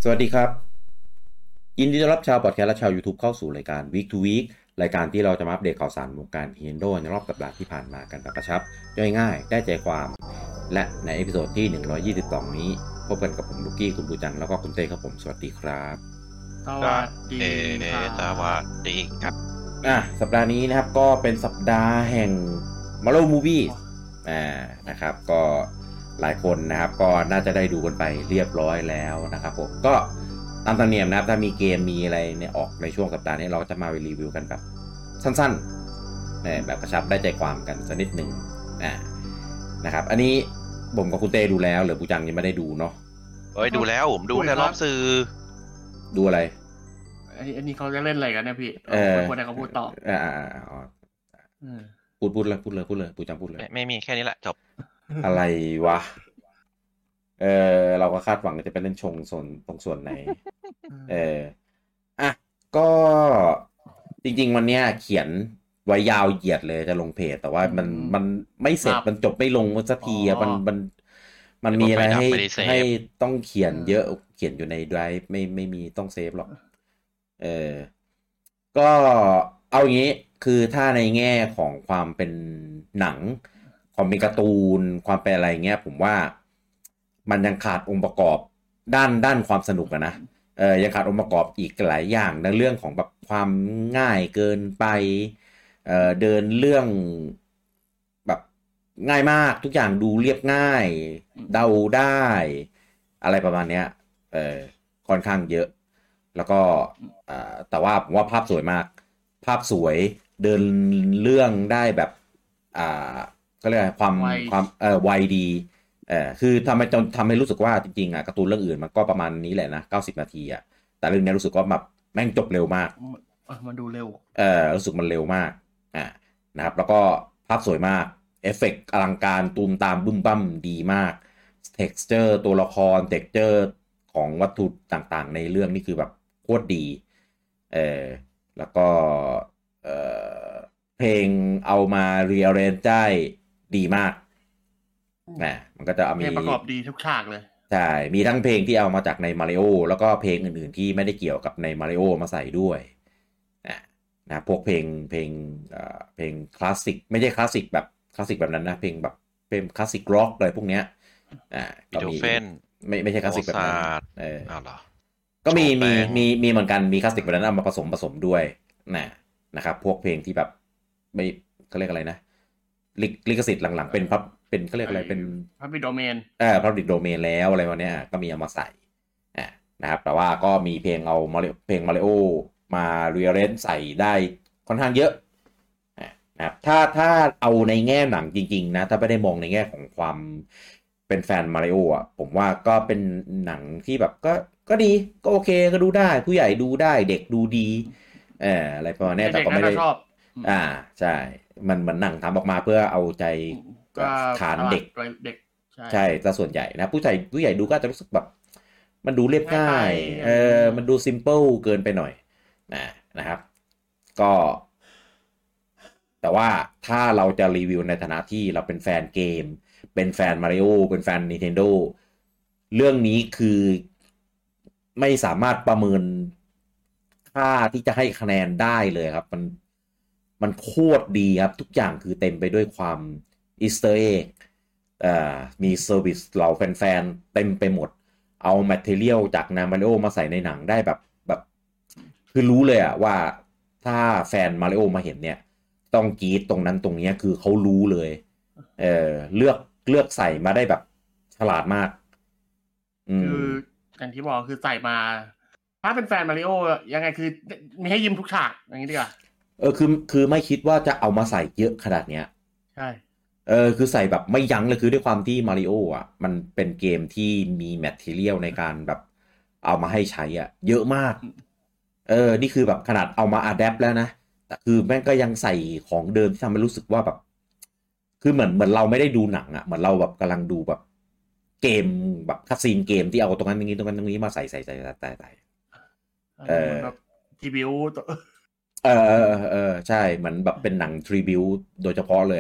วัสดีครับยินดีต้อนรับชาวพอดแคสต์และชาว YouTube เข้าสู่รายการ Week to Week รายการที่เราจะมาอัปเดตข่าวสารวงการ Nintendo ในรอบสัปดาห์ที่ผ่านมากันแบบกระชับย่อยง่ายได้ใจความและในเอพิโซดที่122นี้พบกันกับผมลูกกี้คุณบูจังแล้วก็คุณเต้ครับผมสวัสดีครับสวัสดีสวัสดีครับสัปดาห์นี้นะครับก็เป็นสัปดาห์แห่ง Marvel Movie นะครับก็หลายคนนะครับก็น่าจะได้ดูกันไปเรียบร้อยแล้วนะครับผมก็ตามธรรมเนียมนะครับถ้ามีเกมมีอะไรเนี่ยออกในช่วงสัปดาห์นี้เราจะมารีวิวกันแบบสั้นๆแบบกระชับได้ใจความกันสักนิดหนึ่งนะครับอันนี้ผมกับคุณเต้ดูแล้วหรือปูจังยังไม่ได้ดูเนาะดูแล้วผมดูในรอบสื่อดูอะไรอันนี้เขาจะเล่นอะไรกันเนี่ยพี่คนไหนเขาพูดต่อพูดเลยปูจังพูดเลยไม่มีแค่นี้แหละจบอะไรวะเราก็คาดหวังจะไปเล่นชงส่วนตรงส่วนไหนก็จริงๆวันนี้เขียนไว้ยาวเหยียดเลยจะลงเพจแต่ว่ามันไม่เสร็จมันจบไม่ลงสักทีมันมีอะไรให้ต้องเขียนเยอะเขียนอยู่ในไดรฟ์ไม่มีต้องเซฟหรอกก็เอาอย่างนี้คือถ้าในแง่ของความเป็นหนังความเป็นการ์ตูนความเป็นอะไรเงี้ยผมว่ามันยังขาดองค์ประกอบด้านความสนุกนะยังขาดองค์ประกอบอีกหลายอย่างในเรื่องของแบบความง่ายเกินไปเดินเรื่องแบบง่ายมากทุกอย่างดูเรียบง่ายเดาได้อะไรประมาณเนี้ยค่อนข้างเยอะแล้วก็แต่ว่าผมว่าภาพสวยมากภาพสวยเดินเรื่องได้แบบก็เรียกความไวดีคือทำให้รู้สึกว่าจริงๆการ์ตูนเรื่องอื่นมันก็ประมาณนี้แหละนะ90นาทีแต่เรื่องนี้รู้สึกว่าแบบแม่งจบเร็วมากมันดูเร็วรู้สึกมันเร็วมากนะครับแล้วก็ภาพสวยมากเอฟเฟกต์อลังการตูมตามบึ้มบั้มดีมาก texture ตัวละคร texture ของวัตถุต่างๆในเรื่องนี่คือแบบโคตรดีแล้วก็เพลงเอามา rearrange ได้ดีมากมันก็จะมีประกอบดีทุกฉากเลยใช่มีทั้งเพลงที่เอามาจากในมาริโอแล้วก็เพลงอื่นๆที่ไม่ได้เกี่ยวกับในมาริโอมาใส่ด้วยนะพวกเพลงคลาสสิกไม่ใช่คลาสสิกแบบนั้นนะเพลงแบบเป็นคลาสสิกร็อกอะไรพวกเนี้ยก็มีไม่ใช่คลาสสิกแบบนั้นก็มีเหมือนกันมีคลาสสิกแบบนั้นเอามาผสมด้วยนะครับพวกเพลงที่แบบไม่เขาเรียกอะไรนะลิขสิทธิ์หลังๆเป็นเขาเรียกอะไรเป็น Public Domain Public Domain แล้วอะไรวันนี้ก็มีเอามาใส่นะครับแต่ว่าก็มีเพลงเพลง Mario มา rearrange ใส่ได้ค่อนข้างเยอะนะครับถ้าเอาในแง่หนังจริงๆนะถ้าไม่ได้มองในแง่ของความเป็นแฟน Mario ผมว่าก็เป็นหนังที่แบบก็ดีก็โอเคก็ดูได้ผู้ใหญ่ดูได้เด็กดูดีอะไรประมาณนี้แต่ก็ไม่ได้ใช่มันหนังทำออกมาเพื่อเอาใจฐานเด็กใช่แต่ส่วนใหญ่นะผู้ใหญ่ดูก็จะรู้สึกแบบมันดูเรียบง่ายมันดูซิมเปิลเกินไปหน่อยนะครับก็แต่ว่าถ้าเราจะรีวิวในฐานะที่เราเป็นแฟนเกมเป็นแฟนมาริโอเป็นแฟน Nintendo เรื่องนี้คือไม่สามารถประเมินค่าที่จะให้คะแนนได้เลยครับมันโคตรดีครับทุกอย่างคือเต็มไปด้วยความอีสเตอร์เอ็กมีเซอร์วิสเหล่าแฟนๆเต็มไปหมดเอาแมทเทอเรียลจากนามาริโอมาใส่ในหนังได้แบบคือรู้เลยว่าถ้าแฟนมาริโอมาเห็นเนี่ยต้องกรี๊ดตรงนั้นตรงนี้คือเขารู้เลยเลือกใส่มาได้แบบฉลาดมากคืออย่างที่บอกคือใส่มาถ้าเป็นแฟนมาริโอยังไงคือมีให้ยิ้มทุกฉากอย่างนี้ดีกว่าคือไม่คิดว่าจะเอามาใส่เยอะขนาดเนี้ยใช่คือใส่แบบไม่ยั้งเลยคือด้วยความที่มาริโอมันเป็นเกมที่มีแมททีเรียลในการแบบเอามาให้ใช้เยอะมากนี่คือแบบขนาดเอามาอะแดปแล้วนะแต่คือแม่งก็ยังใส่ของเดิมที่ทำให้รู้สึกว่าแบบคือเหมือนเราไม่ได้ดูหนังเหมือนเราแบบกำลังดูแบบเกมแบบคัสซีนเกมที่เอาตรงนั้นตรงนี้มาใส่แบบทีบิวใช่เหมือนแบบเป็นหนังทริบิวโดยเฉพาะเลย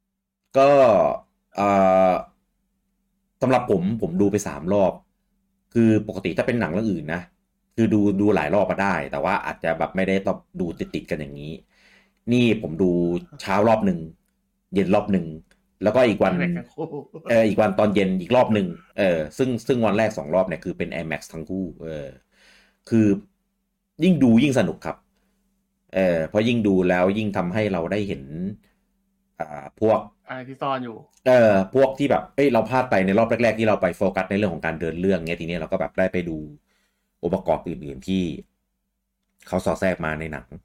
ก็สำหรับผมดูไป3 รอบคือปกติถ้าเป็นหนังเรื่องอื่นนะคือดูหลายรอบมาได้ แต่ว่าอาจจะแบบไม่ได้ต้องดูติดกันอย่างนี้ นี่ผมดูเช้ารอบหนึ่งเย็นรอบหนึ่งแล้วก็อีกวันอีกวันตอนเย็นอีกรอบหนึ่งซึ่งวันแรก2 รอบเนี่ยคือเป็น IMAX ทั้งคู่คือยิ่งดูยิ่งสนุกครับเพราะยิ่งดูแล้วยิ่งทำให้เราได้เห็นพวกอะไรที่ซ่อนอยู่พวกที่แบบเราพลาดไปในรอบแรกๆที่เราไปโฟกัสในเรื่องของการเดินเรื่องเงี้ยทีนี้เราก็แบบได้ไปดูองค์ประกอบอื่นๆที่เขาสอดแทรกมาในหนัง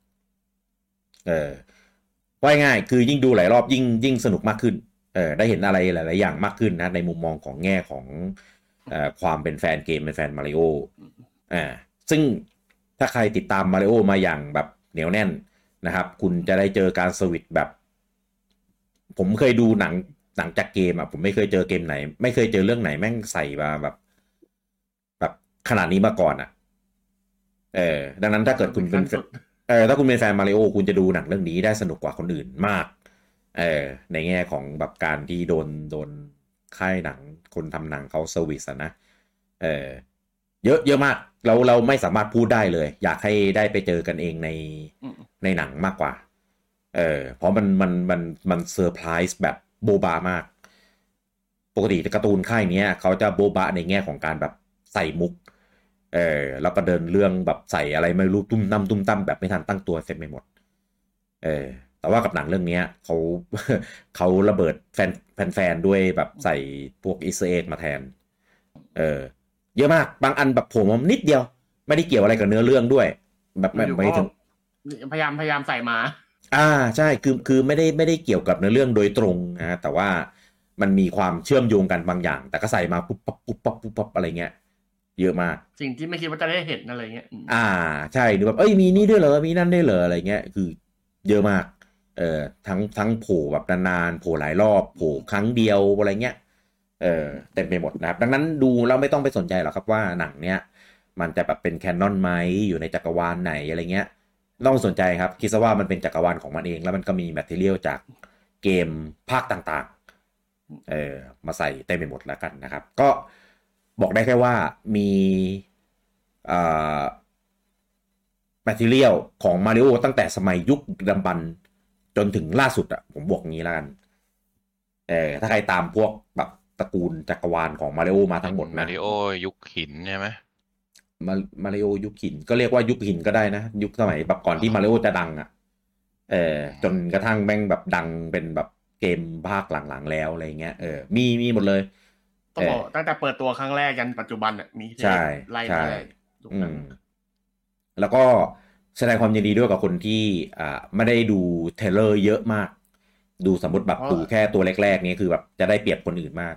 ว่าง่ายคือยิ่งดูหลายรอบยิ่งสนุกมากขึ้นได้เห็นอะไรหลายๆอย่างมากขึ้นนะในมุมมองของแง่ของความเป็นแฟนเกมเป็นแฟนมาริโอซึ่งถ้าใครติดตามมาริโอมาอย่างแบบเหนียวแน่นนะครับคุณจะได้เจอการสวิตช์แบบผมเคยดูหนังจากเกมผมไม่เคยเจอเกมไหนไม่เคยเจอเรื่องไหนแม่งใส่มาแบบขนาดนี้มาก่อนดังนั้นถ้าเกิดคุณเป็นถ้าคุณเป็นแฟนมาริโอคุณจะดูหนังเรื่องนี้ได้สนุกกว่าคนอื่นมากในแง่ของแบบการที่โดนค่ายหนังคนทำหนังเขาเซอร์วิสนะเยอะมากเราไม่สามารถพูดได้เลยอยากให้ได้ไปเจอกันเองในหนังมากกว่าเพราะมันเซอร์ไพรส์แบบโบบามากปกติการ์ตูนค่ายนี้เขาจะโบบะในแง่ของการแบบใส่มุกแล้วก็เดินเรื่องแบบใส่อะไรไม่รู้ตุ้มตั้มแบบไม่ทันตั้งตัวเสร็จไปหมดแต่ว่ากับหนังเรื่องนี้เขาระเบิดแฟนด้วยแบบใส่พวกอีสเตอร์เอ็กมาแทนเยอะมากบางอันแบบผมนิดเดียวไม่ได้เกี่ยวอะไรกับเนื้อเรื่องด้วยแบบไม่ถึงพยายามใส่มาใช่คือไม่ได้เกี่ยวกับเนื้อเรื่องโดยตรงนะแต่ว่ามันมีความเชื่อมโยงกันบางอย่างแต่ก็ใส่มาปุ๊บปั๊บอะไรเงี้ยเยอะมากสิ่งที่ไม่คิดว่าจะได้เห็นอะไรเงี้ยใช่ดูแบบมีนี่ด้วยเหรอมีนั่นด้วยเหรออะไรเงี้ยคือเยอะมากทั้งโผล่แบบนานๆโผล่หลายรอบโผล่ครั้งเดียวอะไรเงี้ยเต็มไปหมดนะครับดังนั้นดูแล้วไม่ต้องไปสนใจหรอกครับว่าหนังเนี้ยมันจะแบบเป็นแคนนอนไหมอยู่ในจักรวาลไหนอะไรเงี้ยต้องสนใจครับคิดซะว่ามันเป็นจักรวาลของมันเองแล้วมันก็มีแมททีเรียลจากเกมภาคต่างๆมาใส่เต็มไปหมดแล้วกันนะครับก็บอกได้แค่ว่ามีแมททีเรียลของมาริโอตั้งแต่สมัยยุคดำบรรพ์จนถึงล่าสุดผมบอกงี้แล้วกันถ้าใครตามพวกแบบตระกูลจักรวาลของมาริโอมาทั้งหมดนะมาริโอยุคหินใช่ไหมมาริโอยุคหินก็เรียกว่ายุคหินก็ได้นะยุคสมัยแบบก่อนที่มาริโอจะดังจนกระทั่งแม่งแบบดังเป็นแบบเกมภาคหลังๆแล้วอะไรเงี้ยมีหมดเลยต้องบอกตั้งแต่เปิดตัวครั้งแรกยันปัจจุบันมีใช่ไล่แล้วก็แสดงความยินดีด้วยกับคนที่ไม่ได้ดูเทเลอร์เยอะมากดูสมมติแบบดูแค่ตัวแรกๆนี้คือแบบจะได้เปรียบคนอื่นมาก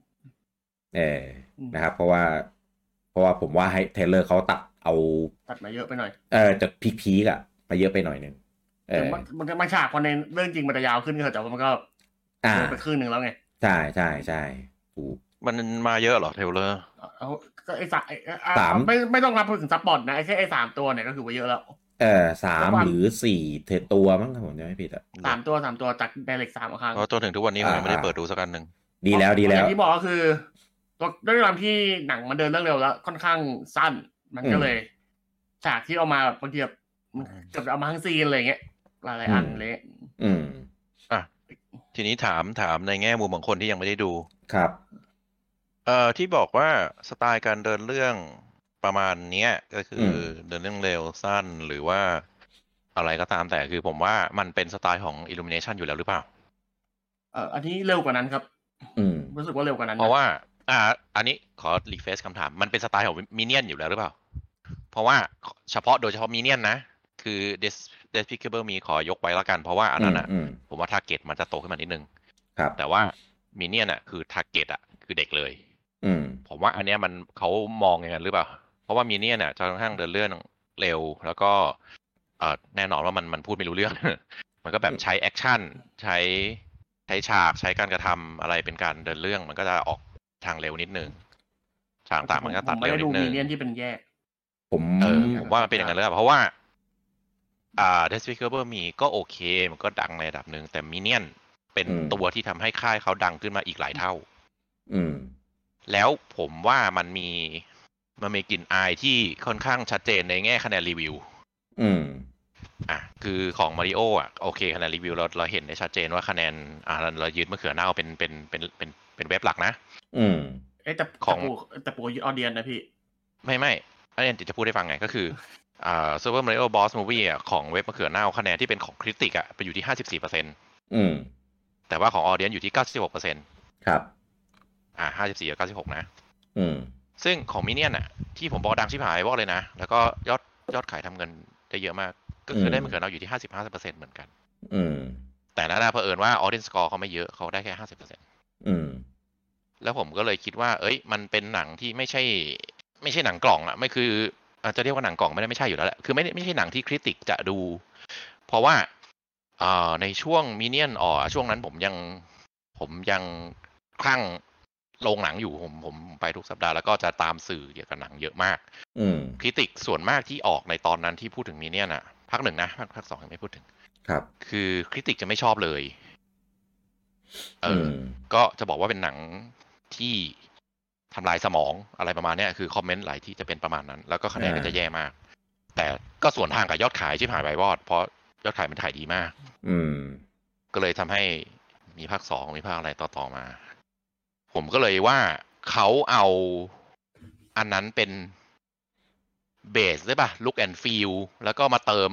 นะครับเพราะว่าผมว่าให้เทเลอร์เขาตัดมาเยอะไปหน่อยจะพีกมาเยอะไปหน่อยนึงมันฉากพอในเรื่องจริงมันจะยาวขึ้นก็แต่ว่ามันก็ไปครึ่งนึงแล้วไงใช่ถูกมันมาเยอะเหรอเทเลอร์ก็3ไม่ต้องนับถึงซัพพอร์ตนะแค่3ตัวเนี่ยก็คือว่าเยอะแล้ว 3หรือ4ตัวมั้งผมจำไม่ผิด 3 ตัวจากไดเรก3 ครั้งเพราะจนถึงทุกวันนี้ผมยังไม่ได้เปิดดูสักอันหนึ่งดีแล้วอย่างที่บอกก็คือด้วยความที่หนังมันเดินเรื่องเร็วแล้วค่อนข้างสั้นมันก็เลยฉากที่เอามาบางทีแบบเกือบเอามาทั้งซีนอะไรเงี้ยหลายอันเลยทีนี้ถามในแง่มุมของคนที่ยังไม่ได้ดูครับที่บอกว่าสไตล์การเดินเรื่องประมาณนี้ก็คือเดินเรื่องเร็วสั้นหรือว่าอะไรก็ตามแต่คือผมว่ามันเป็นสไตล์ของ Illumination อยู่แล้วหรือเปล่าอันนี้เร็วกว่านั้นครับรู้สึกว่าเร็วกว่านั้นเพราะว่าอันนี้ขอรีเฟรชคำถามมันเป็นสไตล์ของมิเนียนอยู่แล้วหรือเปล่าเพราะว่าโดยเฉพาะมิเนียนนะคือ Despicable Me ขอยกไว้แล้วกันเพราะว่าอันนั้นผมว่าทาร์เก็ตมันจะโตขึ้นมานิดนึงแต่ว่ามิเนียนคือทาร์เก็ตคือเด็กเลยผมว่าอันเนี้ยมันเขามองอย่างนั้นหรือเปล่าเพราะว่ามิเนียนจะค่อนข้างเดินเรื่องเร็วแล้วก็แน่นอนว่ามันพูดไม่รู้เรื่อง มันก็แบบใช้แอคชั่นใช้ฉากใช้การกระทำอะไรเป็นการเดินเรื่องมันก็จะออกทางเร็วนิดนึงฉากต่างมันก็ตัดเร็วนิดนึงมิเนียนที่เป็นแยกผมว่ามันเป็นอย่างนั้นเลยเพราะว่าDespicable Me ก็โอเคมันก็ดังในระดับหนึ่งแต่มิเนียนเป็นตัวที่ทำให้ค่ายเขาดังขึ้นมาอีกหลายเท่าแล้วผมว่ามันมีมันมีกลิ่นอายที่ค่อนข้างชัดเจนในแง่คะแนนรีวิวคือของมาริโอโอเคคะแนนรีวิวเราเห็นได้ชัดเจนว่าคะแนนเรายึดมะเขือเน่าเป็นเว็บหลักนะแต่ปูยึดออเดียนนะพี่ไม่อันนี้จะพูดให้ฟังไงก็คือSuper Mario Bros Movie ของเว็บมะเขือเน่าคะแนนที่เป็นของคริติกไปอยู่ที่ 54%แต่ว่าของออเดียนอยู่ที่ 96% ครับ 54กับ96นะซึ่งของมิเนียนที่ผมบอกดังชิบหายบอกเลยนะแล้วก็ยอดขายทำเงินได้เยอะมากก็คือได้มะเขือเน่าอยู่ที่ 55% เหมือนกันแต่น่าเผอิญว่า Audience Score เขาไม่เยอะเขาได้แค่ 50%แล้วผมก็เลยคิดว่ามันเป็นหนังที่ไม่ใช่หนังกล่องไม่คือจะเรียกว่าหนังกล่องไม่ใช่อยู่แล้วแหละคือไม่ใช่หนังที่คริติกจะดูเพราะว่าในช่วงมิเนียนช่วงนั้นผมยังคลั่งโรงหนังอยู่ผมไปทุกสัปดาห์แล้วก็จะตามสื่อเกี่ยวกับหนังเยอะมากคริติกส่วนมากที่ออกในตอนนั้นที่พูดถึงมิเนียนภาค 1นะภาค 2ยังไม่พูดถึงครับคือคริติกจะไม่ชอบเลยก็จะบอกว่าเป็นหนังที่ทำลายสมองอะไรประมาณนี้คือคอมเมนต์หลายที่จะเป็นประมาณนั้นแล้วก็คะแนนก็จะแย่มากแต่ก็ส่วนทางกับยอดขายที่ผ่านไปวอดเพราะยอดขายมันขายดีมากก็เลยทำให้มีภาค 2มีภาคอะไรต่อมาผมก็เลยว่าเขาเอาอันนั้นเป็นเบสได้ป่ะ look and feel แล้วก็มาเติม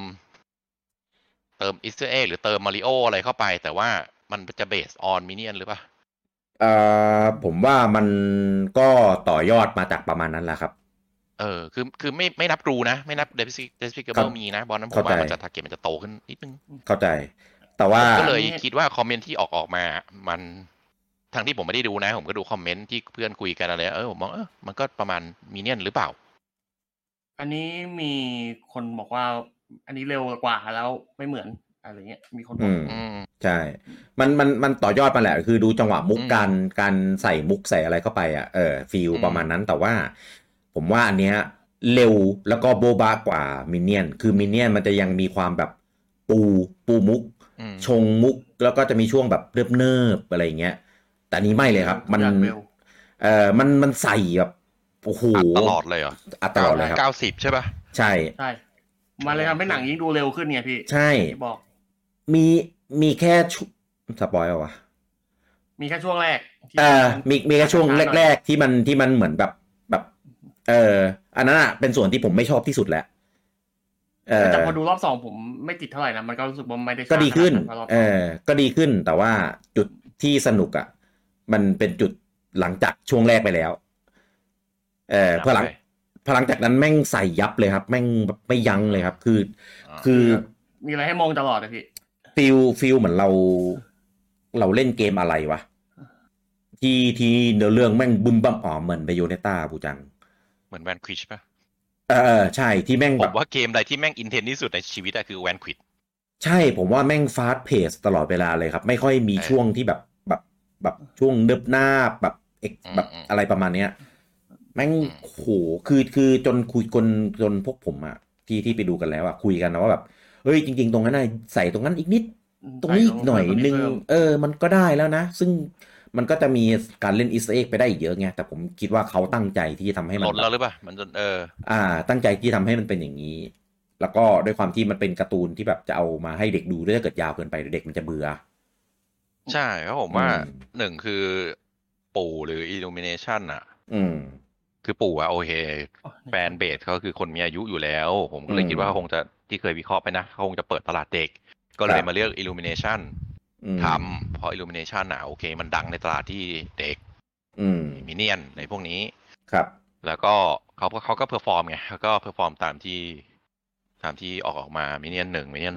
Easter egg หรือเติม Mario อะไรเข้าไปแต่ว่ามันจะเบส on Minion หรือป่ะผมว่ามันก็ต่อยอดมาจากประมาณนั้นแหละครับคือไม่นับกรูนะไม่นับ Despicable มีนะบอลนั้นผมว่ามันจะทาร์เก็ตมันจะโตขึ้นนิดนึงเข้าใจแต่ว่าก็เลยคิดว่าคอมเมนต์ที่ออกมามันทั้งที่ผมไม่ได้ดูนะผมก็ดูคอมเมนต์ที่เพื่อนคุยกันอะไรผมมองมันก็ประมาณมิเนียนหรือเปล่าอันนี้มีคนบอกว่าอันนี้เร็วกว่าแล้วไม่เหมือนอะไรเงี้ยมีคนบอกใช่มันต่อยอดมาแหละคือดูจังหวะมุกการใส่มุกใส่อะไรเข้าไปฟีลประมาณนั้นแต่ว่าผมว่าอันเนี้ยเร็วแล้วก็โบบะกว่ามิเนียนคือมิเนียนมันจะยังมีความแบบปูมุกชงมุกแล้วก็จะมีช่วงแบบเนิบๆอะไรเงี้ยแต่นี้ไม่เลยครับมันใส่แบบโอ้โหตลอดเลยเหรอตลอดเลยครับ 90ใช่ป่ะใช่มาเลยทำให้หนังยิ่งดูเร็วขึ้นไงพี่ใช่บอกมีแค่สปอยล์วะมีแค่ช่วงแรกมีแค่ช่วงแรกๆที่มันเหมือนแบบอันนั้นเป็นส่วนที่ผมไม่ชอบที่สุดแหละแต่พอดูรอบ2ผมไม่ติดเท่าไหร่นะมันก็รู้สึกว่าไม่ได้ก็ดีขึ้นก็ดีขึ้นแต่ว่าจุดที่สนุกมันเป็นจุดหลังจากช่วงแรกไปแล้วพอหลังจากนั้นแม่งใส่ยับเลยครับแม่งไม่ยั้งเลยครับคือมีอะไรให้มองตลอดนะพี่ฟิลเหมือนเราเล่นเกมอะไรวะที่เนื้อเรื่องแม่งบึ้มบั้มเหมือนไบโอเนต้าบูจังเหมือนแวนควิชป่ะใช่ที่แม่งผมว่าเกมใดที่แม่งอินเทนที่สุดในชีวิตคือแวนควิชใช่ผมว่าแม่งฟาสต์เพสตลอดเวลาเลยครับไม่ค่อยมีช่วงที่แบบช่วงเนิบหน้าแบบอะไรประมาณเนี้ยแม่งโหคือจนคุยจนพวกผมที่ไปดูกันแล้วคุยกันนะว่าแบบเฮ้ยจริงๆตรงนั้นใส่ตรงนั้นอีกนิดตรงนี้อีกหน่อยนึงมันก็ได้แล้วนะซึ่งมันก็จะมีการเล่นอีสเตอร์เอ็กไปได้อีกเยอะไงแต่ผมคิดว่าเขาตั้งใจที่จะทำให้มันหล่นแล้วหรือเปล่ามันตั้งใจที่ทำให้มันเป็นอย่างนี้แล้วก็ด้วยความที่มันเป็นการ์ตูนที่แบบจะเอามาให้เด็กดูถ้าเกิดยาวเกินไปเด็กมันจะเบื่อใช่เพราะผมว่า1คือปู่หรือ Illumination คือปู่โอเคแฟนเบสเขาคือคนมีอายุอยู่แล้วผมก็เลยคิดว่าคงจะที่เคยวิเคราะห์ไปนะเขาคงจะเปิดตลาดเด็กก็เลยมาเลือก Illumination ทำเพราะ Illumination โอเคมันดังในตลาดที่เด็กมิเนียนในพวกนี้ครับแล้วก็เขาก็เพอร์ฟอร์มไงเขาก็เพอร์ฟอร์มตามที่ออกมามิเนียน1มิเนียน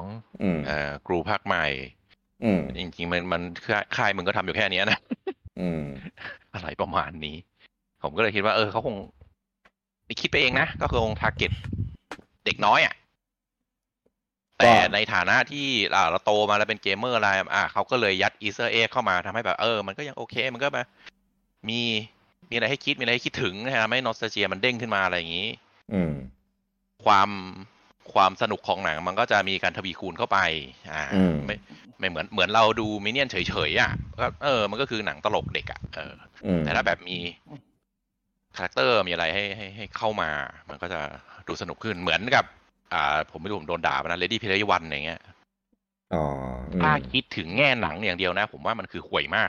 2กรูภาคใหม่จริงๆมันค่ายมึงก็ทำอยู่แค่นี้นะอะไรประมาณนี้ผมก็เลยคิดว่าเขาคงคิดไปเองนะก็คือคงทาร์เก็ตเด็กน้อยแต่ในฐานะที่เราโตมาแล้วเป็นเกมเมอร์อะไรเขาก็เลยยัดอีสเตอร์เอ็กเข้ามาทำให้แบบมันก็ยังโอเคมันก็แบบมีอะไรให้คิดมีอะไรให้คิดถึงนะไม่นอสตาเจียมันเด้งขึ้นมาอะไรอย่างนี้ความสนุกของหนังมันก็จะมีการทวีคูณเข้าไปไม่เหมือนเราดูมิเนียนเฉยๆก็มันก็คือหนังตลกเด็กแต่ถ้าแบบมีคาแรคเตอร์มีอะไรให้เข้ามามันก็จะดูสนุกขึ้นเหมือนกับผมไม่รู้ผมโดนด่าไปนะ Ready Player One อย่างเงี้ยอ๋อถ้าคิดถึงแง่หนังอย่างเดียวนะผมว่ามันคือห่วยมาก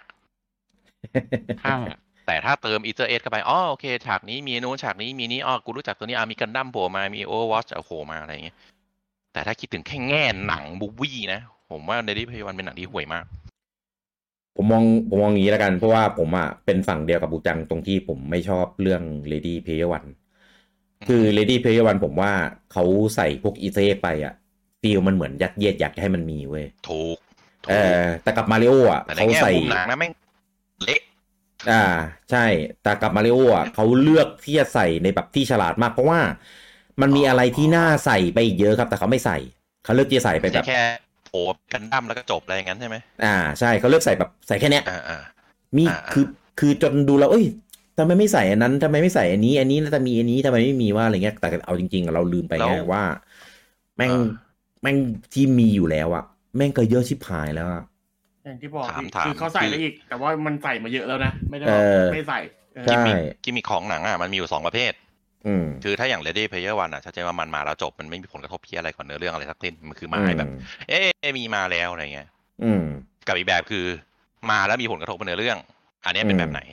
แต่ถ้าเติมอีสเตอร์เอ็กเข้าไปโอเคฉากนี้มีนู้นฉากนี้มีนี้กูรู้จักตัวนี้มีกันดั้มโผล่มามีโอเวอร์วอชโผล่มาอะไรอย่างเงี้ยแต่ถ้าคิดถึงแค่แง่หนังมูฟวี่นะผมว่า Ready Player One เป็นหนังที่ห่วยมากผมมองอย่างนี้แล้วกันเพราะว่าผมเป็นฝั่งเดียวกับบูจังตรงที่ผมไม่ชอบเรื่อง Lady Player One คือ Lady Player One ผมว่าเขาใส่พวกอีเซไปฟีลมันเหมือนยัดเยียดอยากให้มันมีเว้ยถูกแต่กับมาริโอเขาใส่หนังนะแม่งเละใช่แต่กับมาริโอเขาเลือกที่จะใส่ในแบบที่ฉลาดมากเพราะว่ามันมีอะไรที่น่าใส่ไปอีกเยอะครับแต่เขาไม่ใส่เขาเลือกที่จะใส่ไปแบบแค่โผล่กันดั้มแล้วก็จบอะไรอย่างนั้นใช่ไหมใช่เขาเลือกใส่แบบใส่แค่เนี้ยมีคือจนดูแล้วทำไมไม่ใส่อันนั้นทำไมไม่ใส่อันนี้น่าจะมีอันนี้ทำไมไม่มีว่าอะไรเงี้ยแต่เอาจริงๆเราลืมไปไงว่าแม่งที่มีอยู่แล้วแม่งก็เยอะชิบหายแล้วอย่างที่บอกคือเขาใส่ได้อีกแต่ว่ามันใส่มาเยอะแล้วนะไม่ได้ไม่ใส่กิมมิคของหนังมันมีอยู่2ประเภทคือถ้าอย่าง Ready Player One ชัดเจนว่ามันมาแล้วจบมันไม่มีผลกระทบเพี้ยอะไรก่อนเนื้อเรื่องอะไรสักทีมันคือมาให้แบบมีมาแล้วอะไรเงี้ยกับอีกแบบคือมาแล้วมีผลกระทบกับเนื้อเรื่องอันนี้เป็นแบบไหน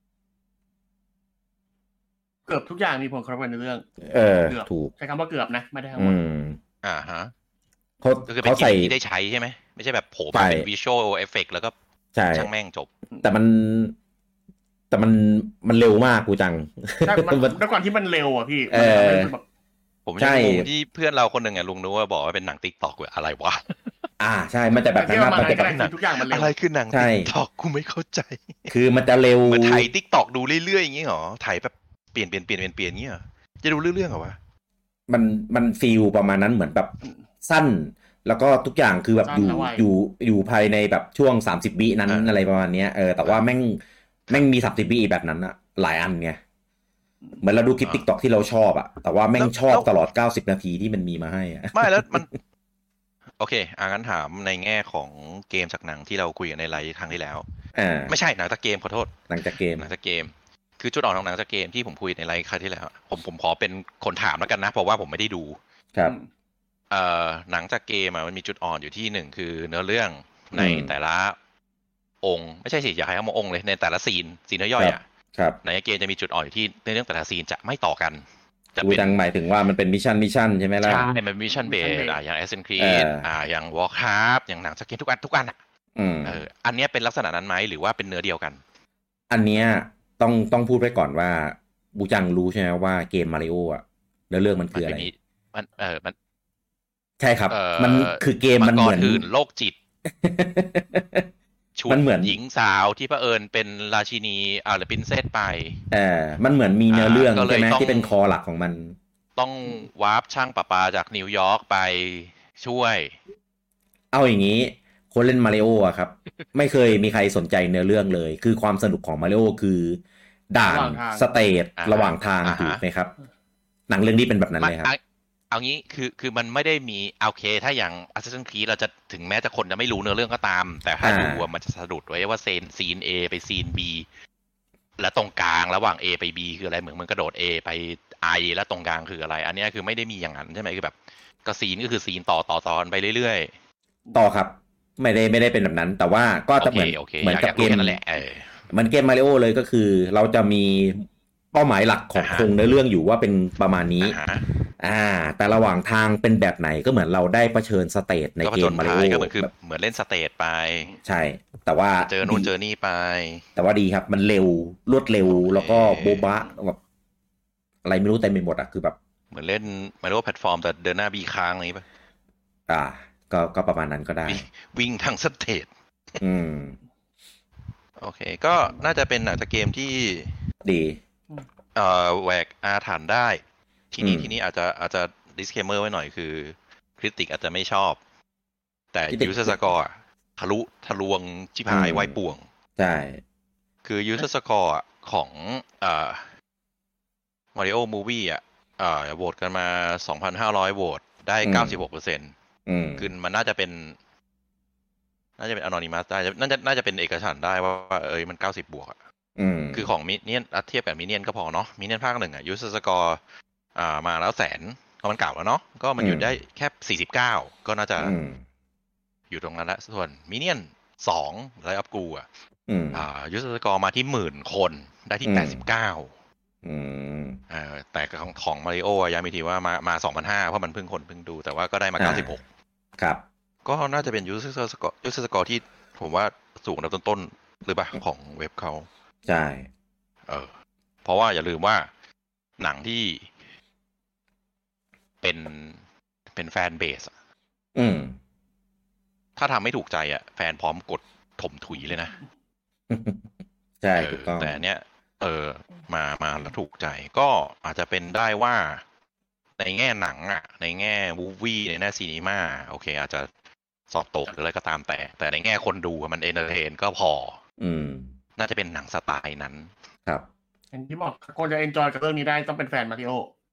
เกือบทุกอย่างมีผลกระทบกับเนื้อเรื่องเกือบถูกใช้คำว่าเกือบนะไม่ได้ทั้งหมดฮะเขาใส่ที่ได้ใช้ใช่ไหมไม่ใช่แบบโผล่มาเป็นวิชวลเอฟเฟกต์แล้วก็ช่างแม่งจบแต่มันเร็วมากกูจังแล้วก่อนที่มันเร็วพี่ผมใช่ที่เพื่อนเราคนหนึ่งลุงนู้ว่าบอกว่าเป็นหนังติ๊กต็อกอะไรวะใช่มันจะแบบนั้นมันจะแบบทุกอย่างมันเร็วอะไรคือหนังติ๊กต็อกกูไม่เข้าใจคือมันจะเร็วมันถ่ายติ๊กต็อกดูเรื่อยๆอย่างงี้หรอถ่ายแบบเปลี่ยนอย่างงี้เหรอจะดูเรื่องเหรอวะมันฟีลประมาณนั้นเหมือนแบบสั้นแล้วก็ทุกอย่างคือแบบอยู่ภายในแบบช่วง30วินั้นอะไรประมาณนี้แต่ว่าแม่งมี30วิแบบนั้นหลายอันไงเหมือนเราดูคลิป TikTok ที่เราชอบแต่ว่าแม่งชอบตลอด90นาทีที่มันมีมาให้ไม่แล้วมันโอเคงั้นถามในแง่ของเกมจากหนังที่เราคุยกันในไลฟ์ครั้งที่แล้วไม่ใช่หนังจากเกมขอโทษหนังจากเกมคือจุดอ่อนของหนังจากเกมที่ผมคุยในไลฟ์ครั้งที่แล้วผมขอเป็นคนถามแล้วกันนะเพราะว่าผมไม่ได้ดูครับหนังจากเกมมันมีจุดอ่อนอยู่ที่1คือเนื้อเรื่องในแต่ละองค์ไม่ใช่สิอยากให้เอามาองค์เลยในแต่ละซีนย่อยในเกมจะมีจุดอ่อนอยู่ที่ในเรื่องแต่ละซีนจะไม่ต่อกันจะเป็นหมายถึงว่ามันเป็นมิชชั่นใช่ไหมล่ะใช่มันมิชชั่นเบสอย่าง Assassin's Creed อย่าง Warcraft อย่างหนังจากเกมทุกอันอันนี้เป็นลักษณะนั้นไหมหรือว่าเป็นเนื้อเดียวกันอันเนี้ยต้องพูดไว้ก่อนว่าบูจังรู้ใช่ไหมว่าเกมมาริโอเนื้อเรื่องมันคืออะไรมันใช่ครับมันคือเกมมันเหมือนโลกจิตมันเหมือนหญิงสาวที่เผอิญเป็นราชินีหรือปรินเซสไปมันเหมือนมีเนื้อเรื่องใช่ไหมที่เป็นคอหลักของมันต้องวาร์ปช่างประปาจากนิวยอร์กไปช่วยเอาอย่างนี้คนเล่นมาริโอครับไม่เคยมีใครสนใจเนื้อเรื่องเลยคือความสนุกของมาริโอคือด่านสเตจระหว่างทางถูกไหมครับหนังเรื่องนี้เป็นแบบนั้นเลยครับเอางี้คือมันไม่ได้มีโอเคถ้าอย่าง Assassin's Creed เราจะถึงแม้จะคนจะไม่รู้เนื้อเรื่องก็ตามแต่ถ้าดูมันจะสะดุดไว้ว่าซีน A ไปซีน B และตรงกลางระหว่าง A ไป B คืออะไรเหมือนมันกระโดด A ไป I แล้วตรงกลางคืออะไรอันนี้คือไม่ได้มีอย่างนั้นใช่ไหมคือแบบก็ซีนก็คือซีนต่อไปเรื่อยๆต่อครับไม่ได้เป็นแบบนั้นแต่ว่าก็จะเหมือนกับเกมนั่นแหละมันเกมมาริโอเลยก็คือเราจะมีเป้าหมายหลักของโครงเนื้อเรื่องอยู่ว่าเป็นประมาณนี้แต่ระหว่างทางเป็นแบบไหนก็เหมือนเราได้เผชิญสเตจในเกมมาริโอก็เหมือนเล่นสเตจไปใช่แต่ว่าเจอนู่นเจอนี่ไปแต่ว่าดีครับมันเร็วรวดเร็วแล้วก็โบ๊ะแบบอะไรไม่รู้เต็มไปหมดคือแบบเหมือนเล่นมาริโอแพลตฟอร์มแต่เดินหน้าบีค้างอะไรป่ะก็ประมาณนั้นก็ได้วิ่งทางสเตจโอเคก็น่าจะเป็นหนังจากเกมที่ดีแหวกอาถรรพ์ได้ทีนี้อาจจะ disclaimer ไว้หน่อยคือคริติกอาจจะไม่ชอบแต่ user score ทะลวงชิบหายไวป่วงใช่คือ user score ของMario Movie โหวตกันมา 2,500 โหวตได้ 96%คือมันน่าจะเป็นanonymous ได้น่าจะเป็นเอกฉันท์ได้ว่ามัน90 บวกคือของมิเนียนเทียบกับมิเนียนก็พอเนาะมิเนียนภาค1อ่ะยูสสกอร์มาแล้ว100,000ก็มันเก่าแล้วเนาะก็มันอยู่ได้แค่49ก็น่าจะอยู่ตรงนั้นละส่วนมิเนียน2ไลฟ์อัพกูยูสสกอร์มาที่10,000คนได้ที่89แต่ของมาริโอ้ย้ำอีกทีว่ามา 2,500 เพราะมันเพิ่งดูแต่ว่าก็ได้มา96 ครับก็น่าจะเป็นยูสสกอร์ที่ผมว่าสูงอันดับต้นๆหรือเปล่าของเว็บเขาใช่เพราะว่าอย่าลืมว่าหนังที่เป็นแฟนเบสถ้าทำไม่ถูกใจอ่ะแฟนพร้อมกดถมถุยเลยนะใช่ถูกต้องแต่เนี้ยมาแล้วถูกใจก็อาจจะเป็นได้ว่าในแง่หนังอ่ะในแง่มูฟวี่ในแง่ซีนีมาโอเคอาจจะสอบตกหรืออะไรก็ตามแต่ในแง่คนดูมันเอนเตอร์เทนก็พอน่าจะเป็นหนังสไตล์นั้นครับอย่างที่บอกคนจะเอนจอยกับเรื่องนี้ได้ต้องเป็นแฟนมาริโอ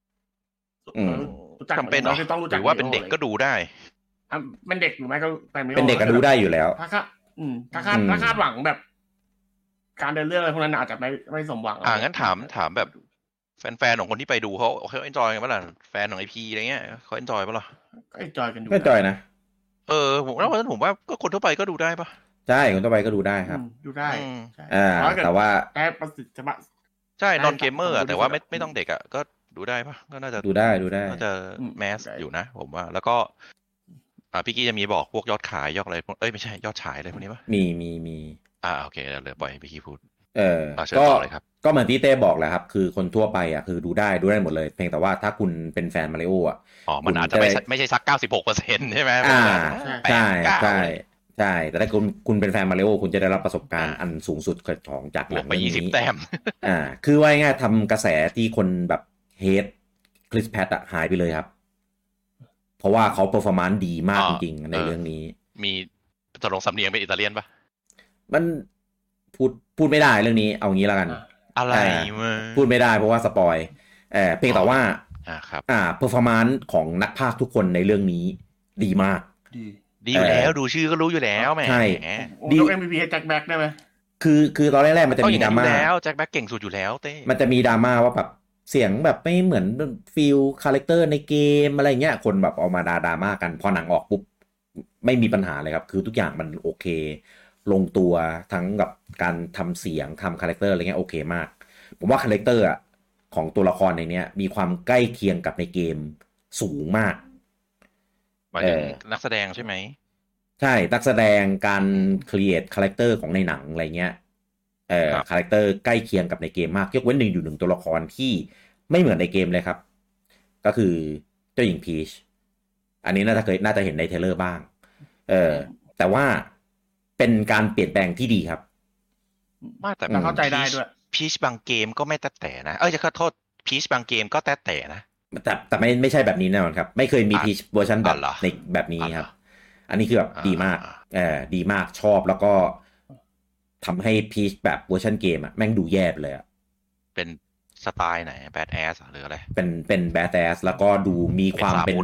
จำเป็นหรือว่าเป็นเด็กก็ดูได้เป็นเด็กหรือไม่ก็แฟนมาริโอเป็นเด็กก็ดูได้อยู่แล้วถ้าคาดหวังแบบการเดินเรื่องอะไรพวกนั้นอาจจะไม่สมหวังงั้นถามแบบแฟนๆของคนที่ไปดูเขาเอนจอยกันป่ะล่ะแฟนของไอพีอะไรเงี้ยเขาเอนจอยป่ะล่ะก็เอนจอยกันดูเอนจอยนะผมว่าก็คนทั่วไปก็ดูได้ป่ะใช่คนทั่วไปก็ดูได้ครับดูได้แต่ว่าประสิทธิภาพใช่นอนเกมเมอร์แต่ว่าไม่ต้องเด็กก็ดูได้ป่ะก็น่าจะดูได้น่าจะแมสอยู่นะผมว่าแล้วก็พี่กี้จะมีบอกพวกยอดขายยอดอะไรไม่ใช่ยอดฉายอะไรพวกนี้ป่ะมีโอเคเดี๋ยวปล่อยให้พี่กี้พูดก็เหมือนที่เต้บอกแหละครับคือคนทั่วไปคือดูได้หมดเลยเพียงแต่ว่าถ้าคุณเป็นแฟนมาริโอมันอาจจะไม่ใใช่สัก 96% ใช่ไหมใช่แต่ถ้าคุณเป็นแฟนมาริโอคุณจะได้รับประสบการณ์อันสูงสุดของจากหนังเรื่องนี้20 แต้มคือว่าง่ายทำกระแสที่คนแบบเฮทคริสแพตหายไปเลยครับเพราะว่าเขาเปอร์ฟอร์แมนซ์ดีมากจริงๆในเรื่องนี้มีจะลงสำเนียงเป็นอิตาเลียนป่ะมันพูดไม่ได้เรื่องนี้เอางี้แล้วกันอะไรพูดไม่ได้เพราะว่าสปอยเพียงแต่ว่าครับเพอร์ฟอร์แมนซ์ของนักพากย์ทุกคนในเรื่องนี้ดีมากดีอยู่แล้วดูชื่อก็รู้อยู่แล้วแหมใช่ดี MVP ให้แจ็คแบ็คได้ไหมคือตอนแรกๆมันจะมีดราม่าแล้วแจ็คแบ็คเก่งสุดอยู่แล้วเต้มันจะมีดราม่าว่าแบบเสียงแบบไม่เหมือนฟีลคาแรคเตอร์ในเกมอะไรเงี้ยคนแบบเอามาดราม่ากันพอหนังออกปุ๊บไม่มีปัญหาเลยครับคือทุกอย่างมันโอเคลงตัวทั้งกับการทำเสียงทำคาแรคเตอร์อะไรเงี้ยโอเคมากผมว่าคาแรคเตอร์ของตัวละครในเนี้ยมีความใกล้เคียงกับในเกมสูงมากหมายถึงนักแสดงใช่ไหมใช่นักแสดงการครีเอทคาแรคเตอร์ของในหนังอะไรเงี้ยคาแรคเตอร์ใกล้เคียงกับในเกมมากยกเว้นหนึ่งตัวละครที่ไม่เหมือนในเกมเลยครับก็คือเจ้าหญิงพีชอันนี้น่าจะเห็นในเทเลอร์บ้างแต่ว่าเป็นการเปลี่ยนแปลงที่ดีครับแต่เข้าใจได้ด้วยพีชบางเกมก็ไม่แต่นะจะขอโทษพีชบางเกมก็แต่นะแต่ไม่ใช่แบบนี้แน่นอนครับไม่เคยมีพีชเวอร์ชันแบบในแบบนี้ครับอันนี้คือแบบดีมากดีมากชอบแล้วก็ทำให้พีชแบบเวอร์ชันเกมแม่งดูแย่ไปเลยเป็นสไตล์ไหนแบดแอสหรืออะไรเป็นแบดแอสแล้วก็ดูมีความเป็น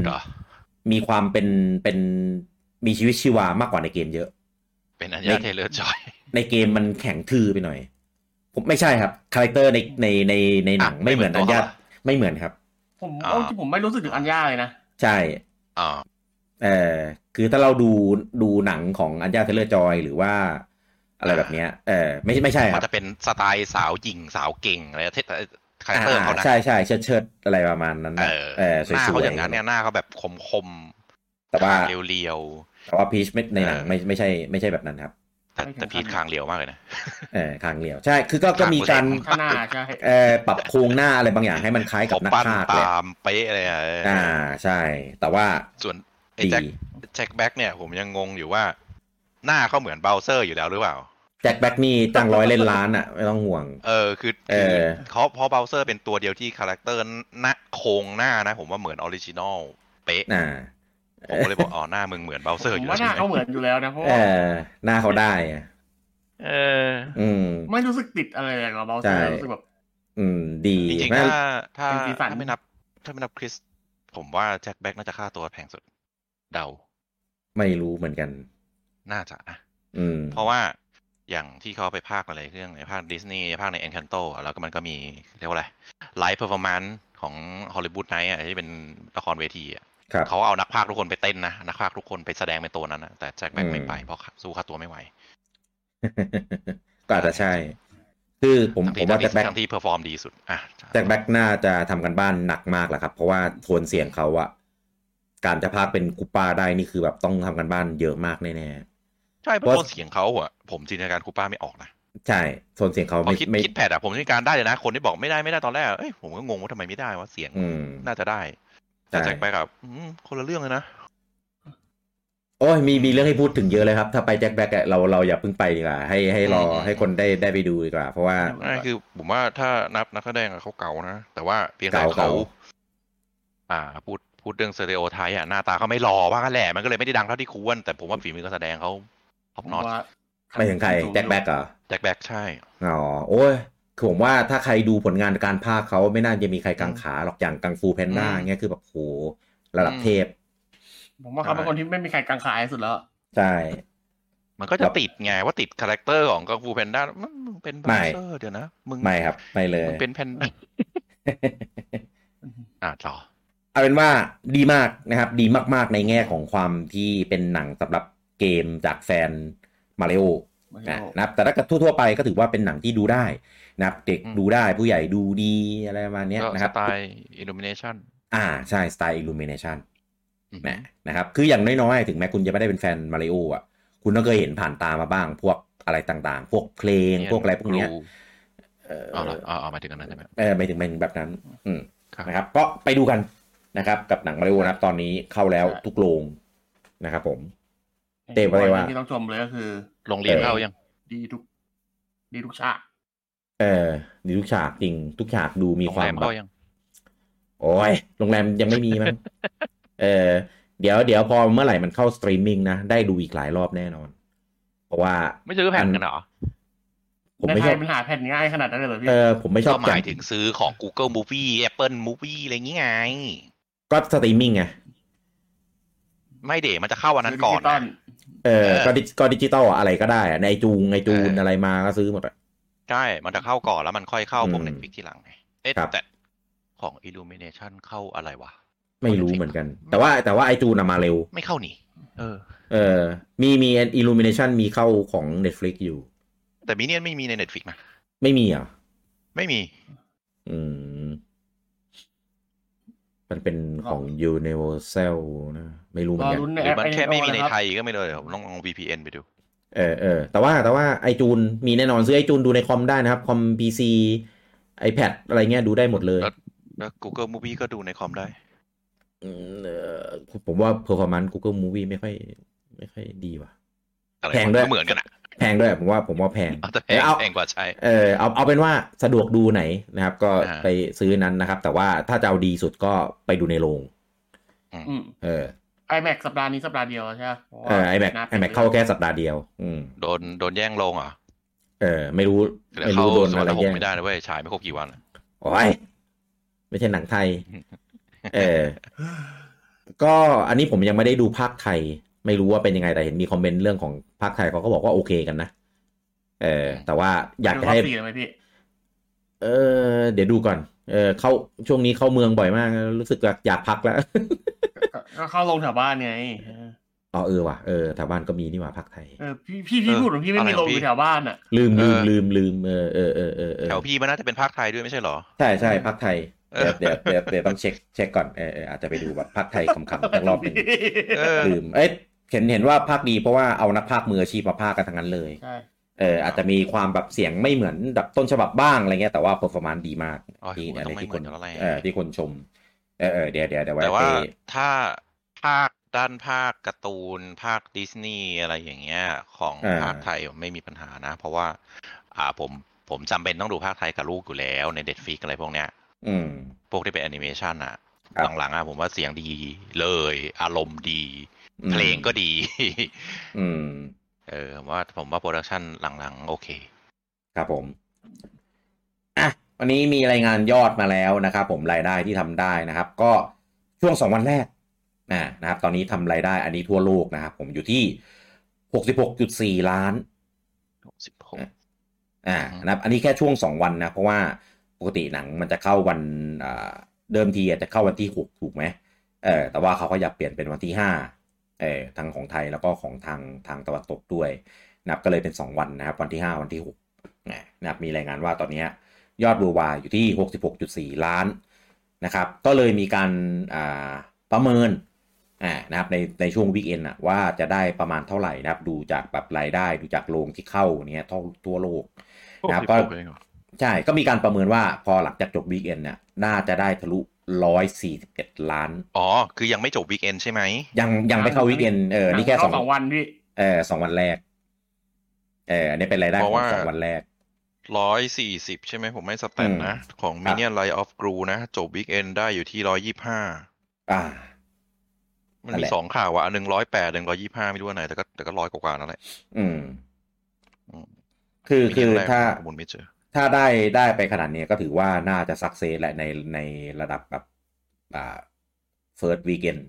มีชีวิตชีวามากกว่าในเกมเยอะเป็นอัญญาเทเลอร์จอยในเกมมันแข็งทื่อไปหน่อยผมไม่ใช่ครับคาแรคเตอร์ในหนังไม่เหมือนอัญญาไม่เหมือนครับผมไม่รู้สึกถึงอัญญาเลยนะใช่คือถ้าเราดูหนังของอัญญาเทเลอร์จอยหรือว่าอะไรแบบเนี้ยไม่ใช่ครับมันจะเป็นสไตล์สาวหญิงสาวเก่งอะไรคาแรคเตอร์เขานะใช่เชิดอะไรประมาณนั้นสวยๆหน้าเขาอย่างนั้นเนี่ยหน้าเขาแบบคมแต่ว่าเรียวแต่ว่าพีชในหนังไม่ใช่แบบนั้นครับแต่พีชคางเรียวมากเลยนะคางเรียวใช่คือก็มีการปรับโครงหน้าอะไรบางอย่างให้มันคล้ายกับนักพากย์ตามเป๊ะเลยใช่แต่ว่าส่วนไอ้แจ็คแบ็คเนี่ยผมยังงงอยู่ว่าหน้าเขาเหมือนเบลเซอร์อยู่แล้วหรือเปล่าแจ็คแบ็คนี่ตั้ง100เล่นล้านไม่ต้องห่วงคือเพราะเบลเซอร์เป็นตัวเดียวที่คาแรคเตอร์หน้าโครงหน้านะผมว่าเหมือนออริจินอลเป๊ะผมก็เลยบอกหน้ามึงเหมือนเบลเซอร์อยู่แล้วว่าหน้าเขาเหมือนอยู่แล้วนะเพราะหน้าเขาได้ไม่รู้สึกติดอะไรเลยกับเบลเซอร์รู้สึกแบบดีจริงๆถ้าไม่นับคริสผมว่าแจ็คแบ็คน่าจะค่าตัวแพงสุดเดาไม่รู้เหมือนกันน่าจะนะเพราะว่าอย่างที่เขาไปพากย์อะไรเรื่องในภาคดิสนีย์ภาคใน Encanto แล้วก็มันก็มีเรียกว่าอะไรไลฟ์เพอร์ฟอร์แมนซ์ของฮอลลีวูดไนท์ที่เป็นละครเวทีเขาเอานักพากย์ทุกคนไปเต้นนะนักพากย์ทุกคนไปแสดงเป็นตัวนั้นนะแต่แจ็คแบ็กไม่ไปเพราะสู้ค่าตัวไม่ไหวก็อาจจะใช่คือผมว่าแจ็คแบ็กที่เพอร์ฟอร์มดีสุดแจ็คแบ็กน่าจะทำกันบ้านหนักมากแหละครับเพราะว่าโทนเสียงเขาอะการจะพากย์เป็นคูป้าได้นี่คือแบบต้องทำกันบ้านเยอะมากแน่ๆใช่เพราะโทนเสียงเขาผมจินตนาการคูป้าไม่ออกนะใช่โทนเสียงเขาไม่คิดแพดผมจินตนาการได้เลยนะคนที่บอกไม่ได้ตอนแรกผมก็งงว่าทำไมไม่ได้ว่าเสียงน่าจะได้แต่แจ็คแบ็กกับคนละเรื่องเลยนะโอ้ยมีเรื่องให้พูดถึงเยอะเลยครับถ้าไปแจ็คแบ็กเราอย่าเพิ่งไปดีกว่าให้รอให้คนได้ไปดูดีกว่าเพราะว่าคือผมว่าถ้านักแสดงเขาเก่านะแต่ว่าเพียงแต่เขาพูดเรื่องสเตอริโอไทป์หน้าตาเขาไม่หล่อว่ากันแหละมันก็เลยไม่ได้ดังเท่าที่ควรแต่ผมว่าฝีมือการแสดงเขาท็อปนอตไปถึงใครแจ็คแบ็กเหรอแจ็คแบ็กใช่โอ้ยคือผมว่าถ้าใครดูผลงานการพากย์เขาไม่น่าจะมีใครกังขาหรอกอย่างกังฟูแพนด้าเงี้ยคือแบบโหระดับเทพผมว่าเขาเป็นคนที่ไม่มีใครกังขาที่สุดแล้วใช่มันก็จะติดไงว่าติดคาแรคเตอร์ของกังฟูแพนด้ามึงเป็นบาร์เซอร์เดี๋ยวนะมึงไม่ครับไม่เลยมึงเป็นแพนด้าต่อเอาเป็นว่าดีมากนะครับดีมากๆในแง่ของความที่เป็นหนังสำหรับเกมจากแฟนมาริโอนะครับแต่ถ้าทั่วไปก็ถือว่าเป็นหนังที่ดูได้นะครับเด็กดูได้ผู้ใหญ่ดูดีอะไรประมาณนี้นะครับสไตล์ Illumination ใช่สไตล์ Illumination นะครับคืออย่างน้อยๆถึงแม้คุณจะไม่ได้เป็นแฟนมาริโอคุณต้องเคยเห็นผ่านตามาบ้างพวกอะไรต่างๆพวกเพลงพวกอะไรพวกนี้หมายถึงนั้นใช่ไหมไม่ถึงแบบนั้นนะครับก็ไปดูกันนะครับกับหนังมาริโอนะครับตอนนี้เข้าแล้วทุกโรงนะครับผมเต็มเลยว่าที่ต้องชมเลยก็คือโรงเรียนเข้ายังดีทุกฉากดีทุกฉากจริงทุกฉากดูมีความแบบโอ้ยโรงแรมยังไม่มีมั้งเดี๋ยวพอเมื่อไหร่มันเข้าสตรีมมิ่งนะได้ดูอีกหลายรอบแน่นอนเพราะว่าไม่ซื้อแผ่นกันเหรอผมไม่ชอบหาแผ่นง่ายขนาดนั้นเลยพี่ผมไม่ชอบหมายถึงซื้อของ Google Movie Apple Movie อะไรอย่างงี้ไงก็สตรีมมิ่งไงไม่เดี๋ยวมันจะเข้าวันนั้นก่อนก็ดิจิตอลอะไรก็ได้ในจูนอะไรมาก็ซื้อหมดใช่มันจะเข้าก่อนแล้วมันค่อยเข้าพวก Netflix ทีหลังไงแต่ของ Illumination เข้าอะไรวะไม่รู้เหมือนกันแต่ว่าไอจูนมาเร็วไม่เข้านี่มี Illumination มีเข้าของ Netflix อยู่แต่มิเนียนไม่มีใน Netflix นะไม่มีอ่ะไม่มีมันเป็นของ Universal นะไม่รู้เหมือนกันหรือมันแค่ไม่มีในไทยก็ไม่เลยผมต้องลอง VPN ไปดูแต่ว่าไอจูนมีแน่นอนซื้อไอจูนดูในคอมได้นะครับคอม PC iPad อะไรเงี้ยดูได้หมดเลยแล้ว Google Movie ก็ดูในคอมได้ผมว่า performance Google Movie ไม่ค่อยดีว่ะแพงด้วยเหมือนกันอ่ะแพงด้วยผมว่าแพงแพงกว่าใช่เอาเป็นว่าสะดวกดูไหนนะครับก็ไปซื้อนั้นนะครับแต่ว่าถ้าจะเอาดีสุดก็ไปดูในโรง iMac สัปดาห์นี้สัปดาห์เดียวใช่ไหม iMac เข้าแค่สัปดาห์เดียวโดนแย่งโรงเหรอไม่รู้โดนอะไรแย่งไม่ได้นะเว้ยฉายไม่ครบกี่วันโอ้ยไม่ใช่หนังไทยก็อันนี้ผมยังไม่ได้ดูภาคไทยไม่รู้ว่าเป็นยังไงแต่เห็นมีคอมเมนต์เรื่องของภาคไทยเขาก็บอกว่าโอเคกันนะแต่ว่าอยากจะให้เดี๋ยวดูก่อนเข้าช่วงนี้เข้าเมืองบ่อยมากรู้สึกอยากพักแล้วก็เข้าลงแถวบ้านไงว่ะแถวบ้านก็มีนี่หว่าภาคไทยพี่พูดหรือพี่ไม่มีลงแถวบ้านอ่ะลืมแถวพี่มันน่าจะเป็นภาคไทยด้วยไม่ใช่หรอใช่ภาคไทยเดี๋ยวต้องเช็คก่อนอาจจะไปดูแบบภาคไทยคำๆทั้งรอบนึงลืมเห็นว่าภาคดีเพราะว่าเอานักภาคมืออาชีพมาภาคกันทั้งนั้นเลยอาจจะมีความแบบเสียงไม่เหมือนแบบต้นฉบับบ้างอะไรเงี้ยแต่ว่า performance ดีมากที่คนชมเดี๋ยวแต่ว่าถ้าภาคด้านภาคการ์ตูนภาคดิสนีย์อะไรอย่างเงี้ยของภาคไทยไม่มีปัญหานะเพราะว่าผมจำเป็นต้องดูภาคไทยกับลูกอยู่แล้วใน Netflix อะไรพวกเนี้ยพวกที่เป็นแอนิเมชันอ่ะหลังๆผมว่าเสียงดีเลยอารมณ์ดีเพลงก็ดีผมว่าโปรดักชันหลังๆโอเคครับผมวันนี้มีรายงานยอดมาแล้วนะครับผมรายได้ที่ทำได้นะครับก็ช่วง2วันแรกนะครับตอนนี้ทำรายได้อันนี้ทั่วโลกนะครับผมอยู่ที่ 66.4 ล้าน 16 นะครับอันนี้แค่ช่วง2วันนะเพราะว่าปกติหนังมันจะเข้าวันเดิมทีอาจจะเข้าวันที่6ถูกไหมแต่ว่าเขาก็อยากเปลี่ยนเป็นวันที่5ทางของไทยแล้วก็ของทางตะวันตกด้วยนะครับก็เลยเป็น2วันนะครับวันที่5วันที่6นะครับมีรายงานว่าตอนนี้ยอด worldwide อยู่ที่ 66.4 ล้านนะครับก็เลยมีการประเมินนะครับในช่วงวีคเอนด์ว่าจะได้ประมาณเท่าไหร่นะครับดูจากแบบรายได้ดูจากโรงที่เข้าเนี้ยทั่วโลกนะครับก็ใช่ก็มีการประเมินว่าพอหลังจากจบวีคเอนด์เนี่ยน่าจะได้ทะลุ141 ล้านอ๋อคือยังไม่จบวีคเอนด์ใช่ไหมยังไม่เข้าวีคเอนด์นี่แค่ 2 วันพี่ 2 วันแรกอันนี้เป็นรายได้ของ2 วันแรก 140ใช่ไหมผมไม่สแตนนะของ Minion Rise of Gru นะจบวีคเอนด์ได้อยู่ที่125มันมี2ข่าวว่ะ108 125ไม่รู้ว่าไหนแต่ก็100กว่านั่นแหละคือถ้าได้ไปขนาดนี้ก็ถือว่าน่าจะซักเซสแหละในระดับแบบfirst weekend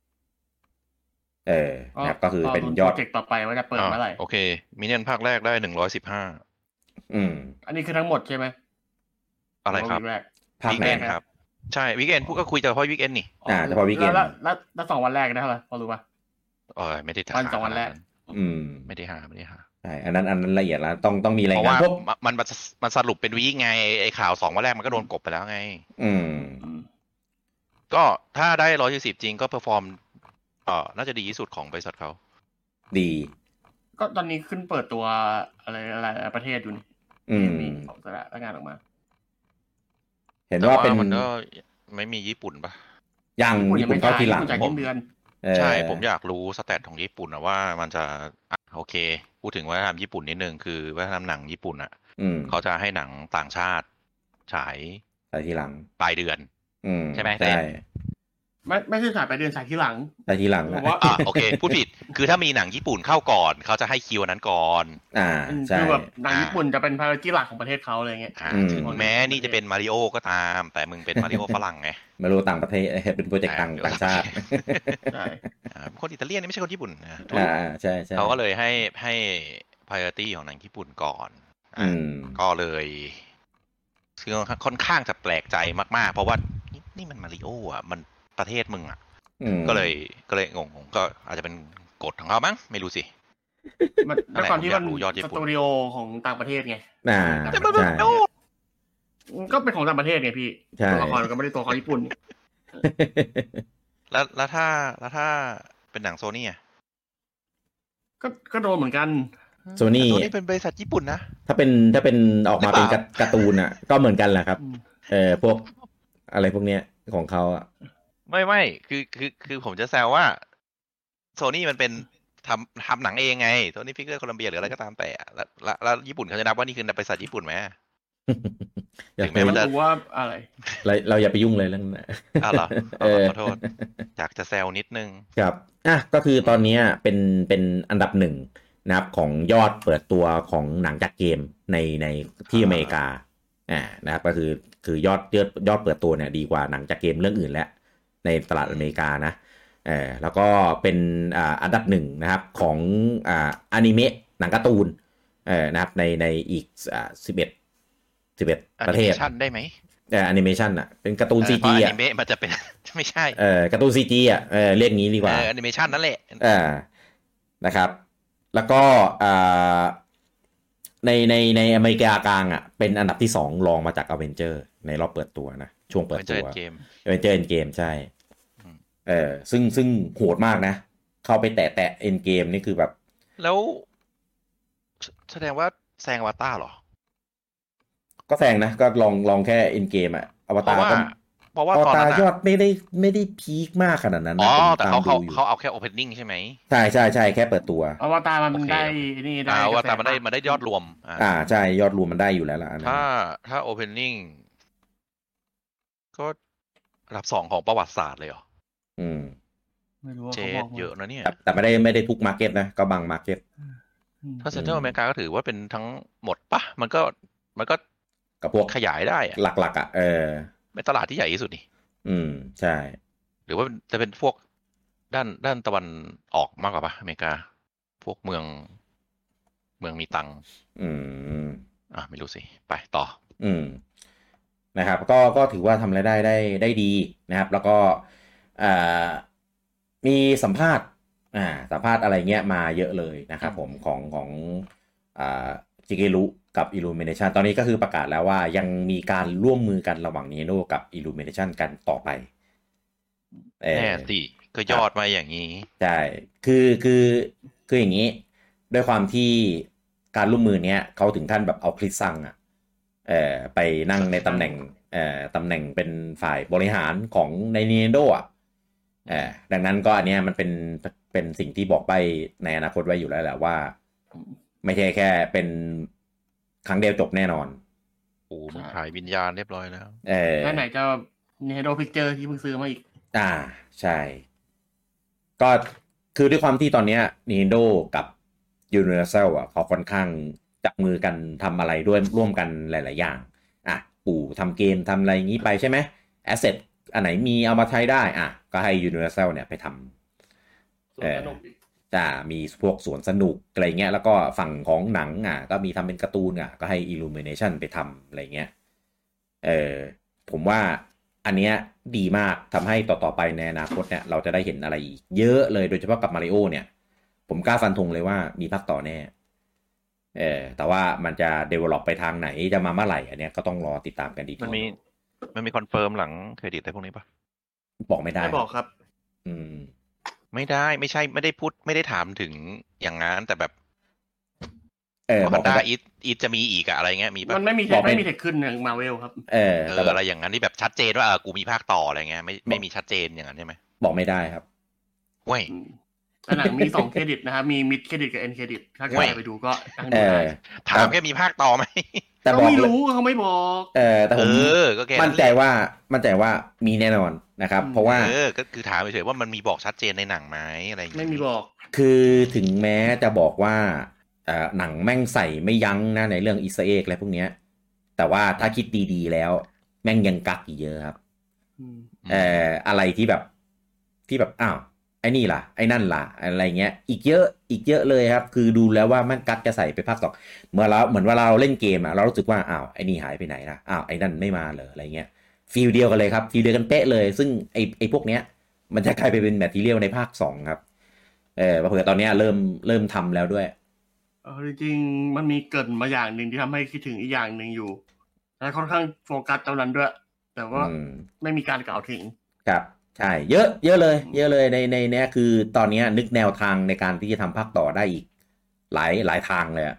นะครับก็คือเป็นยอดโปรเจกต์ต่อไปว่าจะเปิดเมื่อไหร่โอเคมิเนียนภาคแรกได้115 อันนี้คือทั้งหมดใช่ไหมอะไรครับภาคแรกครับใช่วีคเอนด์พูดก็คุยเฉพาะวีคเอนด์นี่เฉพาะวีคเอนด์แล้ว2 วันแรกได้เท่าไหร่พอรู้ป่ะไม่ได้วัน2 วันแรกไม่ได้หาใช่อันนั้นละเอียดแล้วต้องมีรายงานเพราะว่ามันสรุปเป็นวีคไงไอ้ข่าว2 วันแรกมันก็โดนกบไปแล้วไงก็ถ้าได้140จริงก็เพอร์ฟอร์มน่าจะดีที่สุดของบริษัทเขาดีก็ตอนนี้ขึ้นเปิดตัวอะไรประเทศอยู่นี่มีของสระงานออกมาเห็นว่าเป็นมันก็ไม่มีญี่ปุ่นปะยังญี่ปุ่นเข้าทีหลังใช่ผมอยากรู้สแตทของญี่ปุ่นนะว่ามันจะโอเคพูดถึงวัฒนธรรมญี่ปุ่นนิดนึงคือวัฒนธรรมหนังญี่ปุ่นเขาจะให้หนังต่างชาติฉายทีหลังปลายเดือนใช่ไหมใช่ไม่ใช่ฉายไปเดือนฉายทีหลังโอเคพูดผิดคือถ้ามีหนังญี่ปุ่นเข้าก่อนเขาจะให้คิวนั้นก่อนใช่คือแบบหนังญี่ปุ่นจะเป็นพาราจิหลักของประเทศเขาอะไรเงี้ยถึงแม้นี่จะเป็นมาริโอก็ตามแต่มึงเป็นมาริโอฝรั่งไงมาริโอต่างประเทศเป็นโปรเจกต์ต่างชาติใช่คนอิตาเลียนนี่ไม่ใช่คนญี่ปุ่นใช่เขาก็เลยให้priority ของหนังญี่ปุ่นก่อนก็เลยคือค่อนข้างจะแปลกใจมากๆเพราะว่านี่มันมาริโอมันประเทศมึงก็เลยงงก็อาจจะเป็นกฎของเขามั้งไม่รู้สิแล้วก่อนที่มันสตูดิโอของต่างประเทศไงใช่ก็เป็นของต่างประเทศไงพี่ตัวละครก็ไม่ได้ตัวเขาญี่ปุ่นแล้วถ้าเป็นหนังโซนี่ก็โดนเหมือนกันโซนี่เป็นบริษัทญี่ปุ่นนะถ้าเป็นออกมาเป็นการ์ตูนก็เหมือนกันแหละครับพวกอะไรพวกเนี้ยของเขาไม่คือผมจะแซวว่าโซนี่มันเป็นทำหนังเองไงโซนี่พิกเกอร์โคลัมเบียหรืออะไรก็ตามแต่แล้วญี่ปุ่นเขาจะนับว่านี่คือบริษัทญี่ปุ่นไหมถึงแม้มันจะว่าอะไรเราอย่าไปยุ่งเลยเรื่องนั้นเหรอขอโทษอยากจะแซวนิดนึงครับก็คือตอนนี้เป็นอันดับ1นะครับของยอดเปิดตัวของหนังจากเกมในที่อเมริกานะครับก็คือยอดเปิดตัวเนี่ยดีกว่าหนังจากเกมเรื่องอื่นแล้วในตลาดอเมริกานะแล้วก็เป็นอันดับ1นะครับของอนิเมะหนังการ์ตูนนะครับในอีก11ประเทศได้ไหมแอนิเมชันเป็นการ์ตูน CG อนิเมะมันจะเป็นไม่ใช่การ์ตูน CG เรียกงี้ดีกว่าแอนิเมชันนั่นแหละนะครับแล้วก็ในอเมริกากลางเป็นอันดับที่2รองมาจาก Avenger ในรอบเปิดตัวนะช่วงเปิดตัว Avenger Endgame ใช่ซึ่งโหดมากนะเข้าไปแตะ Endgame นี่คือแบบแล้วแสดงว่าแซงอวตารเหรอก็แซงนะก็ลองแค่ Endgame อวตารก็เพราะว่าตอนนั้นยอดไม่ได้พีคมากขนาดนั้นแต่เขาเอาแค่ opening ใช่ไหมใช่แค่เปิดตัวอวตารมันได้นี่ได้อวตารมันได้ยอดรวมใช่ยอดรวมมันได้อยู่แล้วล่ะถ้า opening ก็อันดับ2ของประวัติศาสตร์เลยเหรอไม่รู้ว่าเยอะนะเนี่ยแต่ไม่ได้ทุกมาร์เก็ตนะก็บางมาร์เก็ตถ้าเซ็นทรัลอเมริกาก็ถือว่าเป็นทั้งหมดปะมันก็กับพวกขยายได้หลักเป็นตลาดที่ใหญ่ที่สุดนี่ใช่หรือว่าจะเป็นพวกด้านตะวันออกมากกว่าปะอเมริกาพวกเมืองเมืองมีตังค์ไม่รู้สิไปต่อนะครับก็ถือว่าทำรายได้ดีนะครับแล้วก็มีสัมภาษณ์อะไรเงี้ยมาเยอะเลยนะครับผมของจิเกรุกับ Illumination ตอนนี้ก็คือประกาศแล้วว่ายังมีการร่วมมือกันระหว่าง Nintendo กับ Illumination กันต่อไปแน่สิก็ยอดมาอย่างนี้ใช่คืออย่างนี้ด้วยความที่การร่วมมือเนี้ยเขาถึงขั้นแบบเอาคริสซังไปนั่งในตำแหน่งเป็นฝ่ายบริหารของใน Nintendo ดังนั้นก็อันเนี้ยมันเป็นสิ่งที่บอกไปในอนาคตไว้อยู่แล้วแหละว่าไม่ใช่แค่เป็นครั้งเดียวจบแน่นอนมันขายวิญญาณเรียบร้อยแล้วแล้วไหนจะ Nintendo Picture ที่เพิ่งซื้อมาอีกใช่ก็คือด้วยความที่ตอนนี้ Nintendo กับ Universal เขาค่อนข้างจับมือกันทำอะไรด้วยร่วมกันหลายๆอย่างปู่ทำเกมทำอะไรอย่างนี้ไปใช่ไหม Asset อันไหนมีเอามาใช้ได้ก็ให้ Universal เนี่ยไปทำจะมีพวกสวนสนุกอะไรเงี้ยแล้วก็ฝั่งของหนังก็มีทำเป็นการ์ตูนก็ให้ Illumination ไปทำอะไรเงี้ยผมว่าอันเนี้ยดีมากทำให้ต่อไปในอนาคตเนี่ยเราจะได้เห็นอะไรอีกเยอะเลยโดยเฉพาะกับมาริโอเนี่ยผมกล้าฟันธงเลยว่ามีภาคต่อแน่แต่ว่ามันจะ develop ไปทางไหนจะมาเมื่อไหร่อันเนี้ยก็ต้องรอติดตามกันดีมันมีคอนเฟิร์มหลังเครดิตอะไรพวกนี้ปะบอกไม่ได้ไม่บอกครับไม่ได้ไม่ใช่ไม่ได้พูดไม่ได้ถามถึงอย่างนั้นแต่แบบบอกได้อีจะมีอีกอะไรเงี้ยมีปะมันไม่มีเทคขึ้นอย่างมาเวลครับอะไรอย่างนั้นที่แบบชัดเจนว่ากูมีภาคต่ออะไรเงี้ยไม่มีชัดเจนอย่างนั้นใช่ไหมบอกไม่ได้ครับเว้ยแต่หนังมี2เครดิตนะครับมีมิดเครดิตกับเอ็นเครดิตถ้าใครไปดูก็ตั้งดูได้ถามแค่มีภาคต่อไหมแต่ไม่รู้เขาไม่บอกแต่ผมมั่นใจว่ามีแน่นอนนะครับเพราะว่าก็คือถามเฉยๆว่ามันมีบอกชัดเจนในหนังไหมอะไรอย่างเงี้ยไม่มีบอกคือถึงแม้จะบอกว่าหนังแม่งใส่ไม่ยั้งนะในเรื่องอีสเตอร์เอ็กอะไรพวกเนี้ยแต่ว่าถ้าคิดดีๆแล้วแม่งยังกักอีกเยอะครับอะไรที่แบบอ้าวไอ้นี่ล่ะไอ้นั่นล่ะอะไรเงี้ยอีกเยอะเลยครับคือดูแล้วว่ามันกักจะใส่ไปภาค2เหมือนเราเล่นเกมเรารู้สึกว่าอ้าวไอ้นี่หายไปไหนล่ะอ้าวไอ้นั่นไม่มาเลยอะไรเงี้ยฟีลเดียวกันเลยครับฟีลเดียวกันเป๊ะเลยซึ่งไอ้พวกเนี้ยมันจะกลายไปเป็นแมททีเรียลในภาค2ครับเผื่อตอนนี้เริ่มทำแล้วด้วยจริงๆมันมีเกิดมาอย่างหนึ่งที่ทำให้คิดถึงอีกอย่างหนึ่งอยู่และค่อนข้างโฟกัสตรงนั้นด้วยแต่ว่าไม่มีการกล่าวถึงครับใช่เยอะเลยในเนี้ยคือตอนนี้นึกแนวทางในการที่จะทำภาคต่อได้อีกหลายทางเลย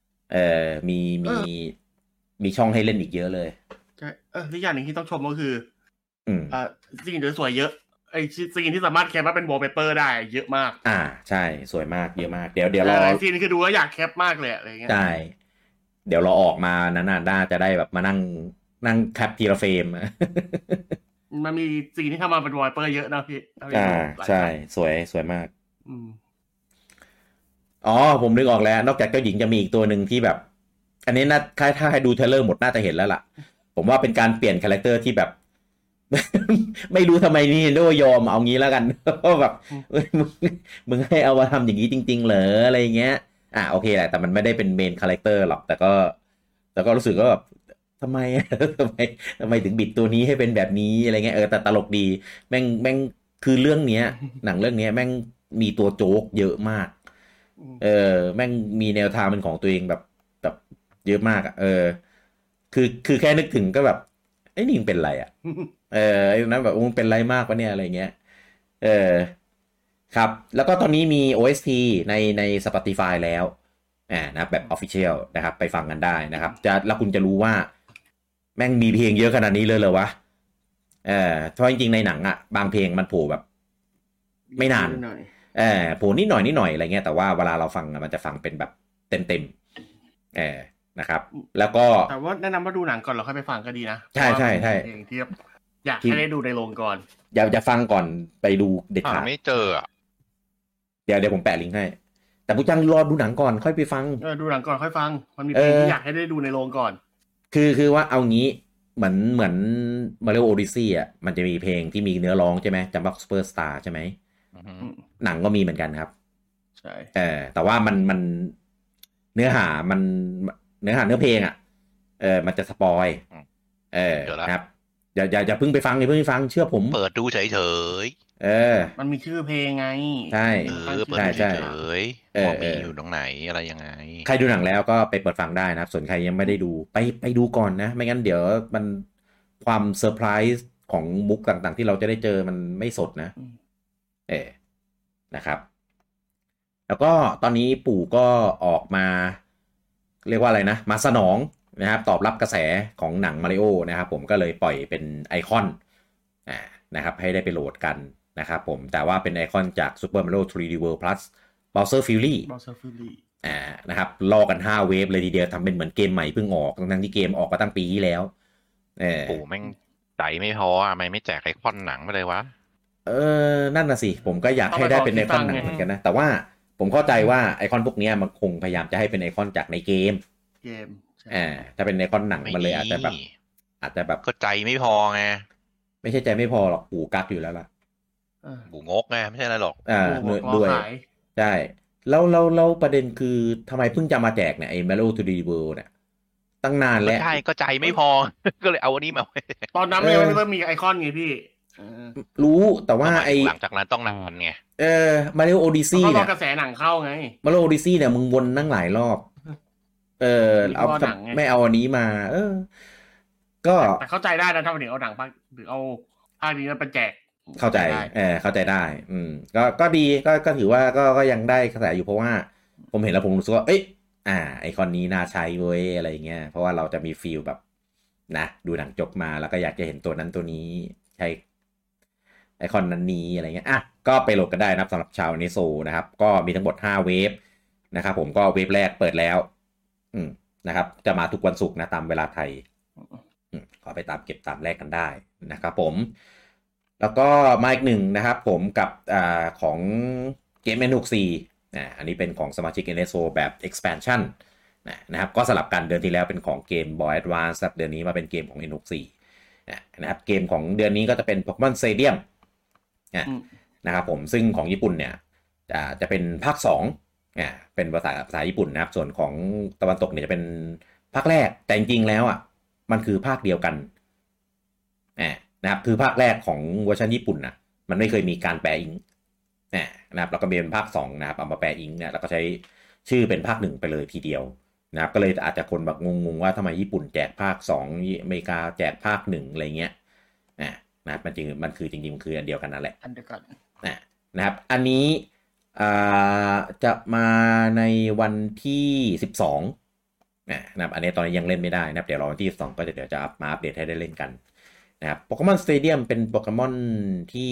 มีช่องให้เล่นอีกเยอะเลยใช่อีกอย่างหนึ่งที่ต้องชมก็คือซีนสวยเยอะไอ้ซีนที่สามารถแคปมาเป็นวอลเปเปอร์ได้เยอะมากใช่สวยมากเยอะมากเดี๋ยวรอซีนคือดูแล้วอยากแคปมากเลยอะไรเงี้ยใช่เดี๋ยวเราออกมานั้นน่าจะได้แบบมานั่งแคปทีละเฟรมมันมีซีนที่ทำมาเป็นวอลเปเปอร์เยอะนะพี่ใช่สวยมากผมนึกออกแล้วนอกจากเจ้าหญิงจะมีอีกตัวหนึ่งที่แบบอันนี้นะถ้าให้ดูเทเลอร์หมดน่าจะเห็นแล้วล่ะผมว่าเป็นการเปลี่ยนคาแรคเตอร์ที่แบบไม่รู้ทำไมNintendoยอมเอางี้แล้วกันเพราะแบบมึงให้เอามาทำอย่างนี้จริงๆเหรออะไรเงี้ยโอเคแหละแต่มันไม่ได้เป็นเมนคาแรคเตอร์หรอกแต่ก็รู้สึกว่าแบบทำไมถึงบิดตัวนี้ให้เป็นแบบนี้อะไรเงี้ยแต่ตลกดีแม่งคือเรื่องเนี้ยหนังเรื่องเนี้ยแม่งมีตัวโจ๊กเยอะมากแม่งมีแนวทางเป็นของตัวเองแบบเยอะมากคือแค่นึกถึงก็แบบไอ้นี่มึงเป็นไรไอ้นั้นแบบมึงเป็นไรมากวะเนี่ยอะไรเงี้ยครับแล้วก็ตอนนี้มี OST ใน Spotify แล้วนะแบบ Official นะครับไปฟังกันได้นะครับแล้วคุณจะรู้ว่าแม่งมีเพลงเยอะขนาดนี้เลยเหรอวะเพราะจริงๆในหนังบางเพลงมันโผล่แบบไม่นานโผล่นิดหน่อยอะไรเงี้ยแต่ว่าเวลาเราฟังมันจะฟังเป็นแบบเต็มนะครับแล้วก็แต่ว่าแนะนำว่าดูหนังก่อนเราค่อยไปฟังก็ดีนะใช่เพลงที่อยากให้ได้ดูในโรงก่อนอย่าฟังก่อนไปดูเด็ดขาดไม่เจอเดี๋ยวผมแปะลิงก์ให้แต่ผู้จังรอดูหนังก่อนค่อยไปฟังดูหนังก่อนค่อยฟังมันมีเพลงที่อยากให้ได้ดูในโรงก่อนคือว่าเอางี้เหมือนMario Odysseyมันจะมีเพลงที่มีเนื้อร้องใช่ไหมจำว่า Superstar ใช่ไหมหนังก็มีเหมือนกันครับใช่แต่ว่ามันเนื้อหามันเนื้อเพลงอ่ะมันจะสปอยครับอย่าเพิ่งไปฟังอย่าเพิ่งไปฟังเชื่อผมเปิดดูเฉยมันมีชื่อเพลงไงใช่เปิดดูเฉยว่ามีอยู่ตรงไหนอะไรยังไงใครดูหนังแล้วก็ไปเปิดฟังได้นะครับส่วนใครยังไม่ได้ดูไปดูก่อนนะไม่งั้นเดี๋ยวมันความเซอร์ไพรส์ของมุกต่างๆที่เราจะได้เจอมันไม่สดนะนะครับแล้วก็ตอนนี้ปู่ก็ออกมาเรียกว่าอะไรนะมาสนองนะครับตอบรับกระแสของหนังมาริโอนะครับผมก็เลยปล่อยเป็นไอคอนนะครับให้ได้ไปโหลดกันนะครับผมแต่ว่าเป็นไอคอนจาก Super Mario 3D World Plus Bowser Fury นะครับรอกัน5เวฟเลยทีเดียวทำเป็นเหมือนเกมใหม่เพิ่งออกทั้งที่เกมออกมาตั้งปีที่แล้วโอ้แม่งใจไม่พอทำไมไม่แจกไอคอนหนังไปเลยวะนั่นน่ะสิผมก็อยากให้ได้เป็นไอคอนหนังเหมือนกันนะแต่ว่าผมเข้าใจว่าไอคอนพวกนี้มันคงพยายามจะให้เป็นไอคอนจากในเกมจะเป็นไอคอนหนังมันเลยอาจจะแบบก็ใจไม่พอไงไม่ใช่ใจไม่พอหรอกปู่กักอยู่แล้วล่ะปู่งกไงไม่ใช่อะไรหรอกด้วยใช่แล้วประเด็นคือทำไมเพิ่งจะมาแจกเนี่ยไอ้ Mario 3D World เนี่ยตั้งนานแล้วใช่ก็ใจไม่พอก็เลยเอาอันนี้มาตอนนั้นไม่ได้มีไอคอนไงพี่รู้แต่ว่าไอ้หลังจากนั้นต้องนานไง Mario Odyssey เนี่ยกระแสหนังเข้าไง Mario Odyssey เนี่ยมึงวนนั่งหลายรอบเอาไม่เอาอันนี้มาก็แต่เข้าใจได้นะถ้าวันนี้เอาหนังภาคหรือเอาภาคนี้มาแจกเข้าใจเข้าใจได้ก็ดีก็ถือว่าก็ยังได้กระแสอยู่เพราะว่าผมเห็นแล้วผมรู้สึกว่าไอคอนนี้น่าใช้เว้ยอะไรเงี้ยเพราะว่าเราจะมีฟีลแบบนะดูหนังจบมาแล้วก็อยากจะเห็นตัวนั้นตัวนี้ใช้ไอคอนนั้นนี้อะไรเงี้ยก็ไปโหลดกันได้นะครับสำหรับชาวนิโซนะครับก็มีทั้งหมด5เวฟนะครับผมก็เวฟแรกเปิดแล้วนะครับจะมาทุกวันศุกร์นะตามเวลาไทยขอไปตามเก็บตามแรกกันได้นะครับผมแล้วก็มาอีกหนึ่งนะครับผมกับของเกม N64 อันนี้เป็นของสมาชิก NSO แบบ expansion นะครับก็สลับกันเดือนที่แล้วเป็นของเกม Boy Advance เดือนนี้มาเป็นเกมของ N64 นะครับเกมของเดือนนี้ก็จะเป็น Pokemon Stadium นะครับผมซึ่งของญี่ปุ่นเนี่ยจะเป็นภาค2เป็นภาษาญี่ปุ่นนะครับส่วนของตะวันตกเนี่ยจะเป็นภาคแรกแต่จริงๆแล้วมันคือภาคเดียวกันนะครับคือภาคแรกของเวอร์ชันญี่ปุ่นนะมันไม่เคยมีการแปลอิงนะครับแล้วก็เป็นภาค2นะครับเอามาแปลอิงเนี่ยแล้วก็ใช้ชื่อเป็นภาค1ไปเลยทีเดียวนะครับก็เลยอาจจะคนแบบงงว่าทำไมญี่ปุ่นแจกภาค2อเมริกาแจกภาค1อะไรเงี้ยนะครับมันคือจริงๆมันคืออันเดียวกันนั่นแหละอันเดียวกันนะครับอันนี้จะมาในวันที่12นะครับอันนี้ตอนนี้ยังเล่นไม่ได้นะครับเดี๋ยวรอวันที่12ก็จะเดี๋ยวจะมาอัปเดตให้ได้เล่นกันนะครับโปเกมอนสเตเดียมเป็นโปเกมอนที่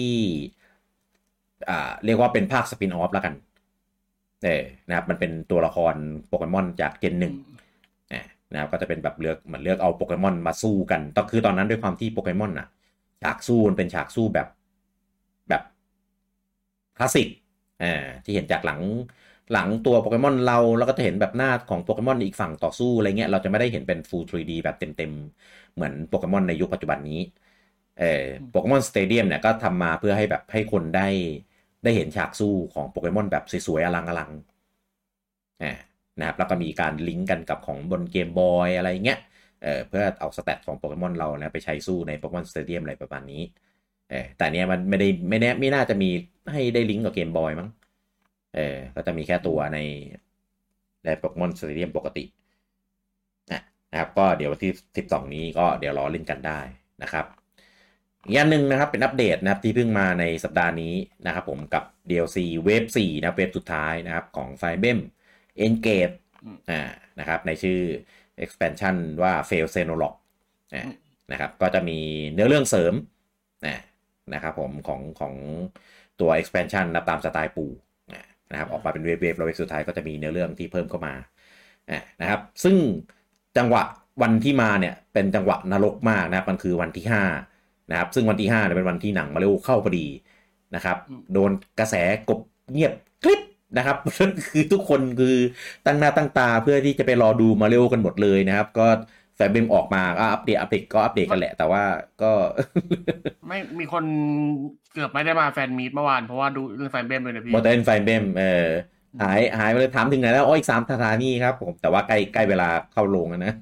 เรียกว่าเป็นภาคสปินออฟแล้วกันนะครับมันเป็นตัวละครโปเกมอนจากเจน1นะครับก็จะเป็นแบบเลือกเอาโปเกมอนมาสู้กันคือตอนนั้นด้วยความที่โปเกมอนฉากสู้มันเป็นฉากสู้แบบคลาสสิกที่เห็นจากหลังตัวโปเกมอนเราแล้วก็จะเห็นแบบหน้าของโปเกมอนอีกฝั่งต่อสู้อะไรเงี้ยเราจะไม่ได้เห็นเป็น Full 3D แบบเต็มๆเหมือนโปเกมอนในยุคปัจจุบันนี้โปเกมอนสเตเดียมเนี่ยก็ทำมาเพื่อให้แบบให้คนได้เห็นฉากสู้ของโปเกมอนแบบสวยๆอลังนะครับแล้วก็มีการลิงก์กันกับของบนเกมบอยอะไรเงี้ยเพื่อเอาสแตทของโปเกมอนเรานะไปใช้สู้ในโปเกมอนสเตเดียมอะไรประมาณนี้แต่เนี้ยมันไม่น่าจะมีให้ได้ลิงก์กับเกมบอยมั้งก็จะมีแค่ตัวในโปเกมอนสเตเดียมปกตินะครับก็เดี๋ยววันที่12นี้ก็เดี๋ยวรอเล่นกันได้นะครับอีกอย่างหนึ่งนะครับเป็นอัปเดตนะครับที่เพิ่งมาในสัปดาห์นี้นะครับผมกับ DLC เวฟ4นะเวฟสุดท้ายนะครับของ Fire Emblem Engage นะครับในชื่อ expansion ว่า Fail Xenologue นะครับก็จะมีเนื้อเรื่องเสริมนะครับผมของตัว expansion นะตามสไตล์ปู่นะครับออกมาเป็นเวฟแล้วเวฟสุดท้ายก็จะมีเนื้อเรื่องที่เพิ่มเข้ามานะครับซึ่งจังหวะวันที่มาเนี่ยเป็นจังหวะนรกมากนะครับมันคือวันที่5นะครับซึ่งวันที่5เนี่ยเป็นวันที่หนังมาเร็วเข้าพอดีนะครับโดนกระแสกบเงียบคลิปนะครับคือทุกคนคือตั้งหน้าตั้งตาเพื่อที่จะไปรอดูมาเร็วกันหมดเลยนะครับก็แฟนเบมออกมาก็อัปเดตกันแหละแต่ว่าก็ไม่มีคนเกือบไม่ได้มาแฟนมีตเมื่อวานเพราะว่าดูเรื่องแฟนเบมเลยนะพี่บอเตนแฟนเบมหายไปเลยถามถึงไหนแล้วอ๋ออีก3 สถานีครับผมแต่ว่าใกล้เวลาเข้าโรงแล้วนะ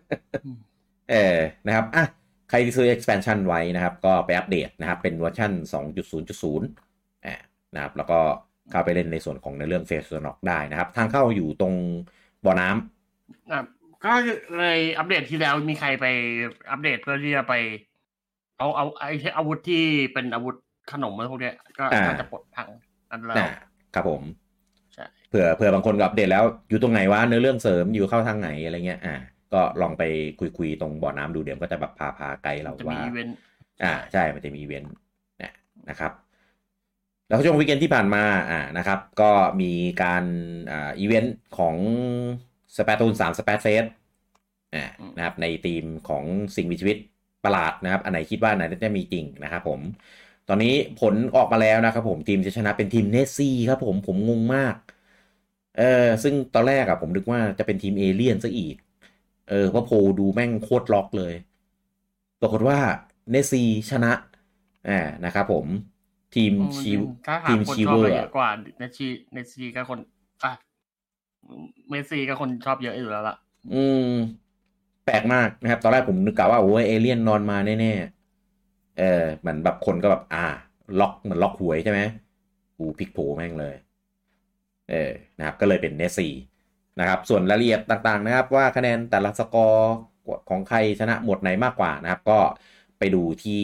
นะครับอ่ะใครที่ซื้อ expansion ไว้นะครับก็ไปอัปเดตนะครับเป็นเวอร์ชัน 2.0.0 นะครับแล้วก็เข้าไปเล่นในส่วนของในเรื่อง Face to Knock ได้นะครับทางเข้าอยู่ตรงบ่อน้ำก็เลยอัปเดตที่แล้วมีใครไปอัปเดตเพื่อที่จะไปเอาไอ้อาวุธที่เป็นอาวุธขนมอะไรพวกเนี้ยก็น่าจะปลดทางอันแล้วครับผมใช่เผื่อบางคนก็อัปเดตแล้วอยู่ตรงไหนวะเนื้อเรื่องเสริมอยู่เข้าทางไหนอะไรเงี้ยก็ลองไปคุยตรงบ่อน้ำดูเดี๋ยวก็จะแบบพาไกด์เราว่าใช่มันจะมีอีเวนต์นะครับแล้วช่วงวีคเอนที่ผ่านมานะครับก็มีการอีเวนต์ของสเปซตูน3สเปซเฟสนะครับในทีมของสิ่งมีชีวิตประหลาดนะครับอันไหนคิดว่าไหนจะมีจริงนะครับผมตอนนี้ผลออกมาแล้วนะครับผมทีมจะชนะเป็นทีมเนสซี่ครับผมงงมากซึ่งตอนแรกผมนึกว่าจะเป็นทีมเอเลี่ยนซะอีกเพราะโพดูแม่งโคตรล็อกเลยปรากฏว่าเนสซี่ชนะนะครับผมทีมชีเวอร์กว่าเนสซี่ก็คนเมสซี่ก็คนชอบเยอะอยู่แล้วล่ะแปลกมากนะครับตอนแรกผมนึกกะว่าโอ้ยเอเลี่ยนนอนมาแน่ๆเหมือนแบบคนก็แบบล็อกเหมือนล็อกหวยใช่ไหมกูพลิกโผแม่งเลยนะครับก็เลยเป็นเนสซี่นะครับส่วนรายละเอียดต่างๆนะครับว่าคะแนนแต่ละสกอร์ของใครชนะหมวดไหนมากกว่านะครับก็ไปดูที่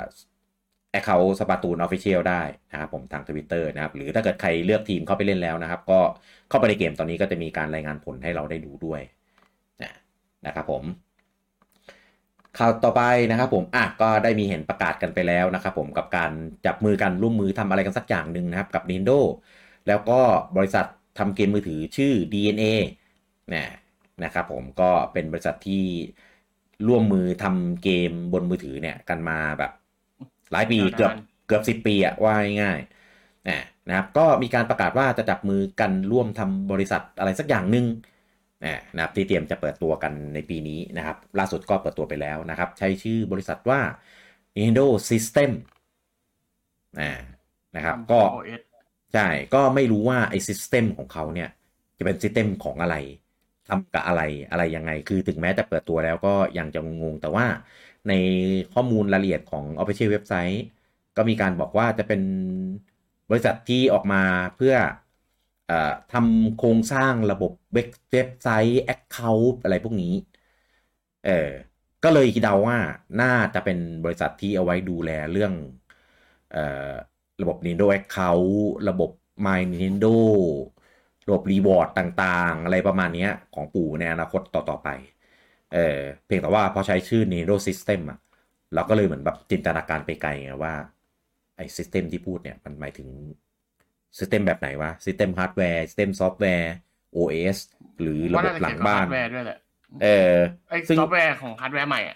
Account Splatoon Official ได้นะครับผมทาง Twitter นะครับหรือถ้าเกิดใครเลือกทีมเข้าไปเล่นแล้วนะครับก็เข้าไปในเกมตอนนี้ก็จะมีการรายงานผลให้เราได้ดูด้วยนะครับผมข่าวต่อไปนะครับผมก็ได้มีเห็นประกาศกันไปแล้วนะครับผมกับการจับมือกันร่วมมือทำอะไรกันสักอย่างหนึ่งนะครับกับ Nintendo แล้วก็บริษัททำเกมมือถือชื่อ DNA นะครับผมก็เป็นบริษัทที่ร่วมมือทำเกมบนมือถือเนี่ยกันมาแบบหลายปีเกือบ10 ปีว่าง่ายๆนะครับก็มีการประกาศว่าจะจับมือกันร่วมทำบริษัทอะไรสักอย่างหนึ่งนะครับที่เตรียมจะเปิดตัวกันในปีนี้นะครับล่าสุดก็เปิดตัวไปแล้วนะครับใช้ชื่อบริษัทว่า Nintendo System นะครับก็ใช่ก็ไม่รู้ว่าไอ้ System ของเขาเนี่ยจะเป็น System ของอะไรทำกับอะไรยังไงคือถึงแม้จะเปิดตัวแล้วก็ยังจะงงแต่ว่าในข้อมูลรายละเอียดของ Official Website ก็มีการบอกว่าจะเป็นบริษัทที่ออกมาเพื่อทำโครงสร้างระบบเว็บไซต์ Account อะไรพวกนี้ก็เลยเดาว่าน่าจะเป็นบริษัทที่เอาไว้ดูแลเรื่องระบบ Nintendo Account ระบบ My Nintendo ระบบ Reward ต่างๆอะไรประมาณนี้ของปู่ในอนาคตต่อไปเพียงแต่ว่าพอใช้ชื่อ Nintendo System เราก็เลยเหมือนแบบจินตนาการไปไกลไงว่าไอ้ System ที่พูดเนี่ยมันหมายถึง System แบบไหนวะ System Hardware System Software OS หรือระบบหลังบ้านด้วยแหละไอ้ซึ่งซอฟต์แวร์ของฮาร์ดแวร์ใหม่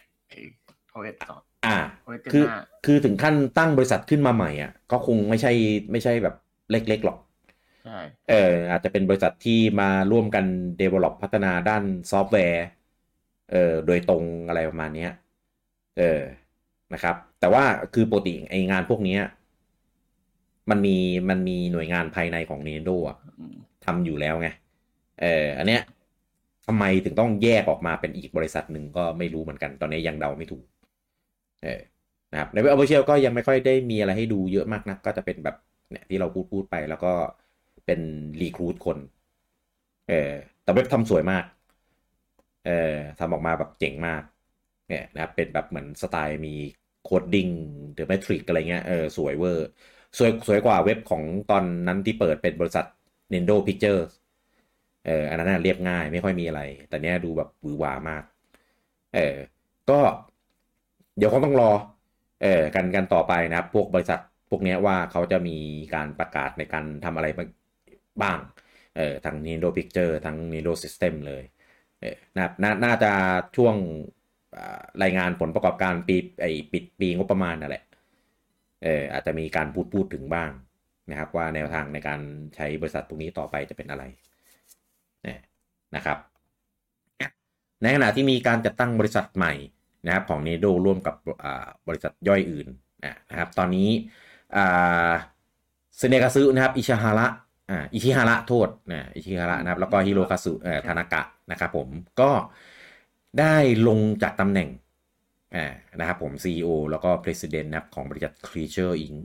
OS คือถึงขั้นตั้งบริษัทขึ้นมาใหม่ก็คงไม่ใช่แบบเล็กๆหรอกใช่อาจจะเป็นบริษัทที่มาร่วมกัน develop พัฒนาด้านซอฟต์แวร์โดยตรงอะไรประมาณนี้นะครับแต่ว่าคือปกติไองานพวกนี้มันมีหน่วยงานภายในของ Nintendo ทำอยู่แล้วไงอันเนี้ยทำไมถึงต้องแยกออกมาเป็นอีกบริษัทหนึ่งก็ไม่รู้เหมือนกันตอนนี้ยังเดาไม่ถูกนะครับในเว็บ Official ก็ยังไม่ค่อยได้มีอะไรให้ดูเยอะมากนะก็จะเป็นแบบเนี่ยที่เราพูดไปแล้วก็เป็นรีครูทคนแต่เว็บทำสวยมากทำออกมาแบบเจ๋งมากเนี่ยนะครับเป็นแบบเหมือนสไตล์มีโคดดิ้งเดอะแมทริกอะไรเงี้ยสวยเวอร์สวยกว่าเว็บของตอนนั้นที่เปิดเป็นบริษัท Nintendo Pictures อันนั้นเรียบง่ายไม่ค่อยมีอะไรแต่เนี้ยดูแบบหวือหวามากก็เดี๋ยวเขาต้องรอกันต่อไปนะครับพวกบริษัทพวกนี้ว่าเขาจะมีการประกาศในการทำอะไรบ้างทั้ง Nintendo Picture ทั้ง Nintendo System เลยน่าจะช่วงรายงานผลประกอบการปิดปีงบประมาณนั่นแหละอาจจะมีการพูดถึงบ้างนะครับว่าแนวทางในการใช้บริษัทพวกนี้ต่อไปจะเป็นอะไรนะครับในขณะที่มีการจัดตั้งบริษัทใหม่นะครับของ Nintendo ร่วมกับบริษัทย่อยอื่นนะครับตอนนี้เซเนกาซึนะครับอิชิฮาระอิชิฮาระโทษอิชิฮาระนะครับแล้วก็ฮิโรคาสุทานากะนะครับผมก็ได้ลงจากตำแหน่งนะครับผม CEO แล้วก็ President นะครับของบริษัท Creature Inc.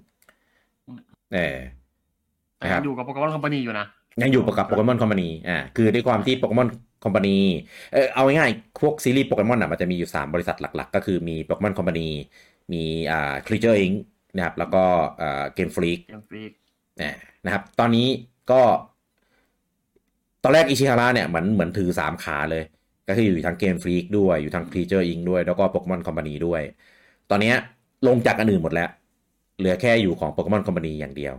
นะครับอยู่กับโปเกมอนคอมพานีอยู่นะยังอยู่กับโปเกมอนคอมพานีคือด้วยความที่โปเกมอนคอมพานีเอาง่ายๆพวกซีรีส์โปเกมอนมันจะมีอยู่3บริษัทหลักๆก็คือมีโปเกมอนคอมพานีมีCreature Inc. นะครับแล้วก็Game Freak นะครับตอนนี้ก็ตอนแรกอิชิฮาระเนี่ยเหมือนถือ3ขาเลยก็คืออยู่ทั้ง Game Freak ด้วยอยู่ทั้ง Creature Inc. ด้วยแล้วก็ Pokemon Company ด้วยตอนนี้ลงจากอันอื่นหมดแล้วเหลือแค่อยู่ของ Pokemon Company อย่างเดียว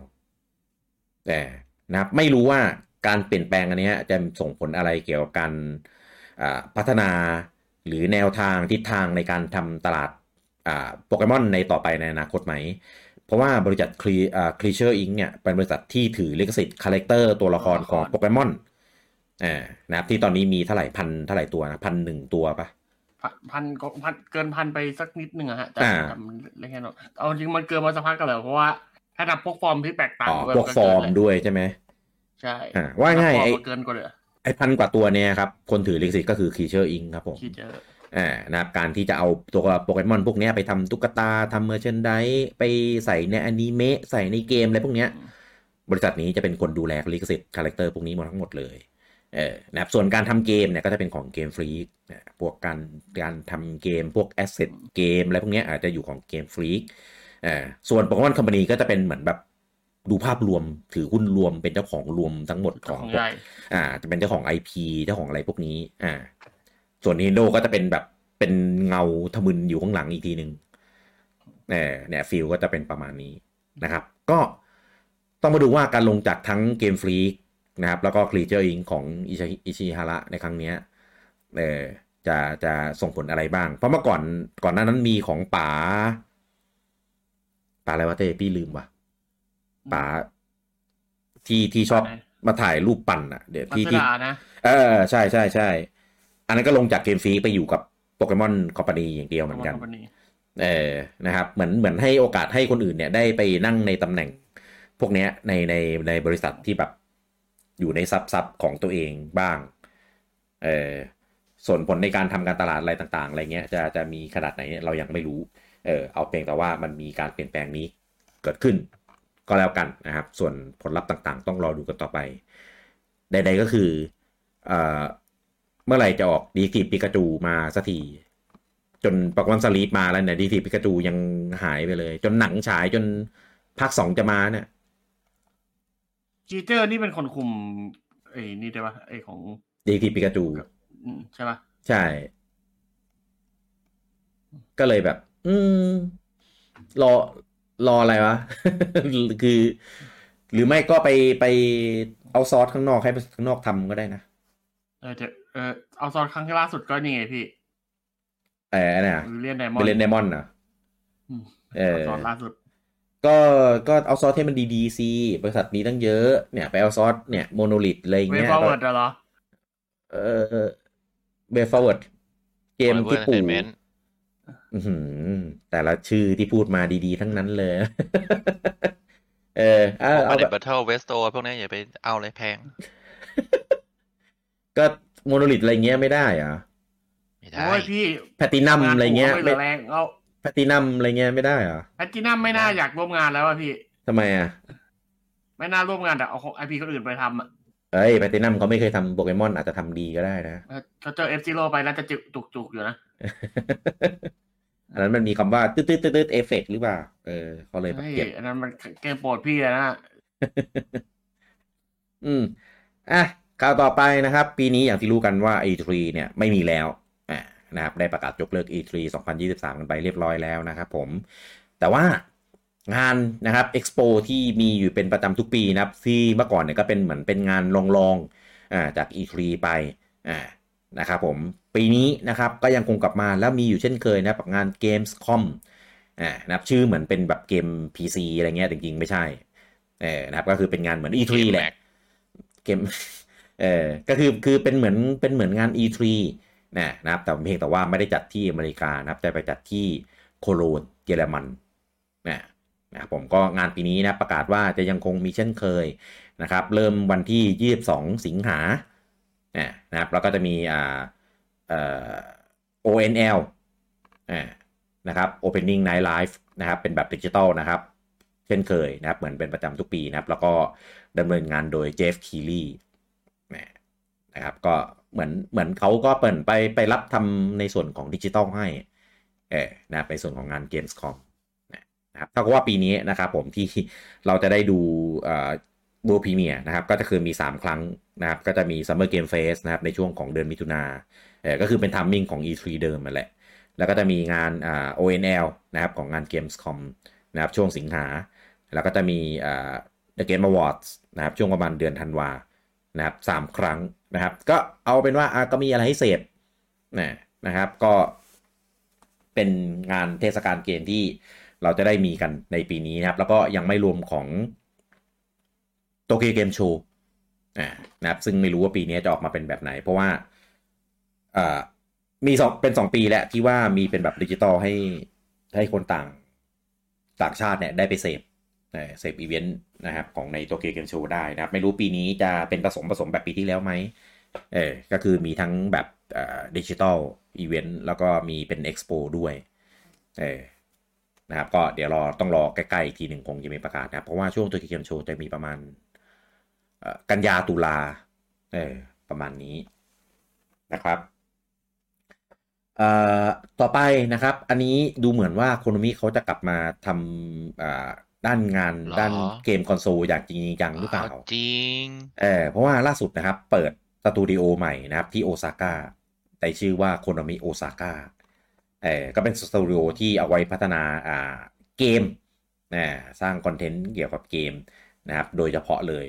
นะครับไม่รู้ว่าการเปลี่ยนแปลงอันนี้จะส่งผลอะไรเกี่ยวกับการพัฒนาหรือแนวทางทิศทางในการทำตลาดโปเกมอนในต่อไปในอนาคตไหมเพราะว่าบริษัทCreature Inc. เนี่ยเป็นบริษัทที่ถือลิขสิทธิ์คาแรคเตอร์ตัวละครของโปเกมอนนะครับที่ตอนนี้มีเท่าไหร่เท่าไหร่ตัวนะ1,001 ตัวปะพันเกินพันไปสักนิดนึงอะฮะแต่เล็กแค่นั้นเอาจริงมันเกินมาสักพักกันแล้วเพราะว่าถ้านับพวกฟอร์มที่แตกต่างพวกฟอร์มด้วยใช่ไหมใช่ว่าง่ายเกินกว่าเลยไอ้1,000 กว่าตัวเนี่ยครับคนถือลิขสิทธิ์ก็คือ Creature Inc. ครับผมนะครับการที่จะเอาตัวโปเกมอนพวกนี้ไปทำตุ๊กตาทำเมอร์แชนไดส์ไปใส่ในอนิเมะใส่ในเกมอะไรพวกนี้บริษัทนี้จะเป็นคนดูแลลิขสิทธิ์คาแรคเตอร์พวกนี้หมดทั้งหมดเลยนะครับส่วนการทำเกมเนี่ยก็จะเป็นของ Game Freak พวกการทำเกมพวก Asset เกมอะไรพวกนี้อาจจะอยู่ของ Game Freak ส่วน Pokemon Company ก็จะเป็นเหมือนแบบดูภาพรวมถือหุ้นรวมเป็นเจ้าของรวมทั้งหมดของจะเป็นเจ้าของ IP เจ้าของอะไรพวกนี้ส่วน Nintendo ก็จะเป็นแบบเป็นเงาทะมึนอยู่ข้างหลังอีกทีนึงเนี่ยฟีลก็จะเป็นประมาณนี้นะครับก็ต้องมาดูว่าการลงจากทั้ง Game Freak นะครับแล้วก็ Creature Inc. ของอิชิฮาระในครั้งนี้จะส่งผลอะไรบ้างเพราะเมื่อก่อนหน้านั้นมีของป๋าอะไรวะพี่ลืมว่ะป๋าที่ชอบมาถ่ายรูปปั่นอ่ะเดี๋ยวที่นะใช่อันนั้นก็ลงจากเกมฟรีไปอยู่กับโปเกมอนคอมพานีอย่างเดียวเหมือนกันนะครับเหมือนให้โอกาสให้คนอื่นเนี่ยได้ไปนั่งในตำแหน่งพวกนี้ในบริษัทที่แบบอยู่ในซับของตัวเองบ้างส่วนผลในการทำการตลาดอะไรต่างๆอะไรเงี้ยจะมีขนาดไหนเรายังไม่รู้เอาเพียงแต่ว่ามันมีการเปลี่ยนแปลงนี้เกิดขึ้นก็แล้วกันนะครับส่วนผลลัพธ์ต่างๆต้องรอดูกันต่อไปใดๆก็คือเมื่อไหร่จะออกดีทีปิกาจูมาสักทีจนโปเกมอนสลีปมาแล้วเนี่ยดีทีปิกาจูยังหายไปเลยจนหนังฉายจนภาค2จะมาเนี่ยจีเจอร์นี่เป็นคนคุมนี่ได้ปะของดีทีปิกาจูใช่ปะใช่ก็เลยแบบรออะไรวะ คือหรือไม่ก็ไปเอาซอสข้างนอกให้ข้างนอกทำก็ได้นะเอาซอสครั้งที่ล่าสุดก็นี่ไงพี่เนี่ยเรียนไดมอนด์นะซอสล่าสุดก็เอาซอสให้มันดีๆสิบริษัทนี้ตั้งเยอะเนี่ยไปเอาซอสเนี่ยโมโนลิทอะไรอย่างเงี้ยเวฟเวิร์ดเหรอเบฟเวิร์ดเกมที่ปู่แต่ละชื่อที่พูดมาดีๆทั้งนั้นเลยเอาใน Battle West พวกนี้อย่าไปเอาเลยแพงก็โมโนลิทอะไรเงี้ยไม่ได้อ่ะไม่ได้พี่แพทินัมอะไรเงี้ยไม่แรงเอาแพทินัมอะไรเงี้ยไม่ได้อ่ะแพทินัมไม่น่าอยากร่วมงานแล้วอ่ะพี่ทำไมอ่ะไม่น่าร่วมงานแต่เอาของ IP คนอื่นไปทำอ่ะแพทินัมเขาไม่เคยทำโปเกมอนอาจจะทำดีก็ได้นะเขาเจอ F-Zero ไปน่าจะจุกอยู่นะอันนั้นมันมีคำว่าตืดเอฟเฟกต์หรือเปล่าเขาเลยเก็บอันนั้นมันเกมโปรดพี่เลยนะข่าวต่อไปนะครับปีนี้อย่างที่รู้กันว่า E3 เนี่ยไม่มีแล้วนะครับได้ประกาศยกเลิก E3 2023 กันไปเรียบร้อยแล้วนะครับผมแต่ว่างานนะครับ Expo ที่มีอยู่เป็นประจำทุกปีนะครับที่เมื่อก่อนเนี่ยก็เป็นเหมือนเป็นงานลองจาก E3 ไปนะครับผมปีนี้นะครับก็ยังคงกลับมาแล้วมีอยู่เช่นเคยนะกับงาน Gamescom นะครับชื่อเหมือนเป็นแบบเกม PC อะไรเงี้ยจริงๆไม่ใช่นะครับก็คือเป็นงานเหมือน E3 แหละเกมก็คือเป็นเหมือนงาน E3 นะครับแต่เพียงแต่ว่าไม่ได้จัดที่อเมริกานะครับจะไปจัดที่โคโลนเยอรมันนะครับผมก็งานปีนี้นะประกาศว่าจะยังคงมีเช่นเคยนะครับเริ่มวันที่22สิงหานะครับแล้วก็จะมีONL นะครับ Opening Night Live นะครับเป็นแบบดิจิตอลนะครับเช่นเคยนะครับเหมือนเป็นประจำทุกปีนะครับแล้วก็ดำเนินงานโดยเจฟคีลีนะครับก็เหมือนเขาก็เปิดไปรับทำในส่วนของดิจิตอลให้นะในส่วนของงาน Gamescom นะครับเท่ากับว่าปีนี้นะครับผมที่เราจะได้ดูWorld Premiere นะครับก็จะคือมี3ครั้งนะครับก็จะมี Summer Game Fest นะครับในช่วงของเดือนมิถุนาก็คือเป็นทัมมิ่งของ E3 เดิมนั่นแหละแล้วก็จะมีงานONL นะครับของงาน Gamescom นะครับช่วงสิงหาแล้วก็จะมีThe Game Awards นะครับช่วงประมาณเดือนธันวานะครับ3ครั้งนะครับก็เอาเป็นว่าก็มีอะไรให้เสพนะครับก็เป็นงานเทศกาลเกมที่เราจะได้มีกันในปีนี้นะครับแล้วก็ยังไม่รวมของโตเกียวเกมโชว์นะครับซึ่งไม่รู้ว่าปีนี้จะออกมาเป็นแบบไหนเพราะว่ามีเป็น2ปีแล้วที่ว่ามีเป็นแบบดิจิตอลให้คนต่างชาติเนี่ยได้ไปเสพอีเวนต์นะครับของในโตเกียวเกมโชว์ได้นะครับไม่รู้ปีนี้จะเป็นผสมแบบปีที่แล้วไหมก็คือมีทั้งแบบดิจิตอลอีเวนต์แล้วก็มีเป็นเอ็กซ์โปด้วยนะครับก็เดี๋ยวต้องรอใกล้ๆทีหนึ่งคงจะมีประกาศนะเพราะว่าช่วงโตเกียวเกมโชว์จะมีประมาณกันยาตุลาประมาณนี้นะครับต่อไปนะครับอันนี้ดูเหมือนว่าโคโนมิเขาจะกลับมาทำด้านงานด้านเกมคอนโซลอย่างจริงจังหรือเปล่าจริงเพราะว่าล่าสุดนะครับเปิดสตูดิโอใหม่นะครับที่โอซาก้าแต่ชื่อว่าโคโนมิโอซาก้าก็เป็นสตูดิโอที่เอาไว้พัฒนาเกมสร้างคอนเทนต์เกี่ยวกับเกมนะครับโดยเฉพาะเลย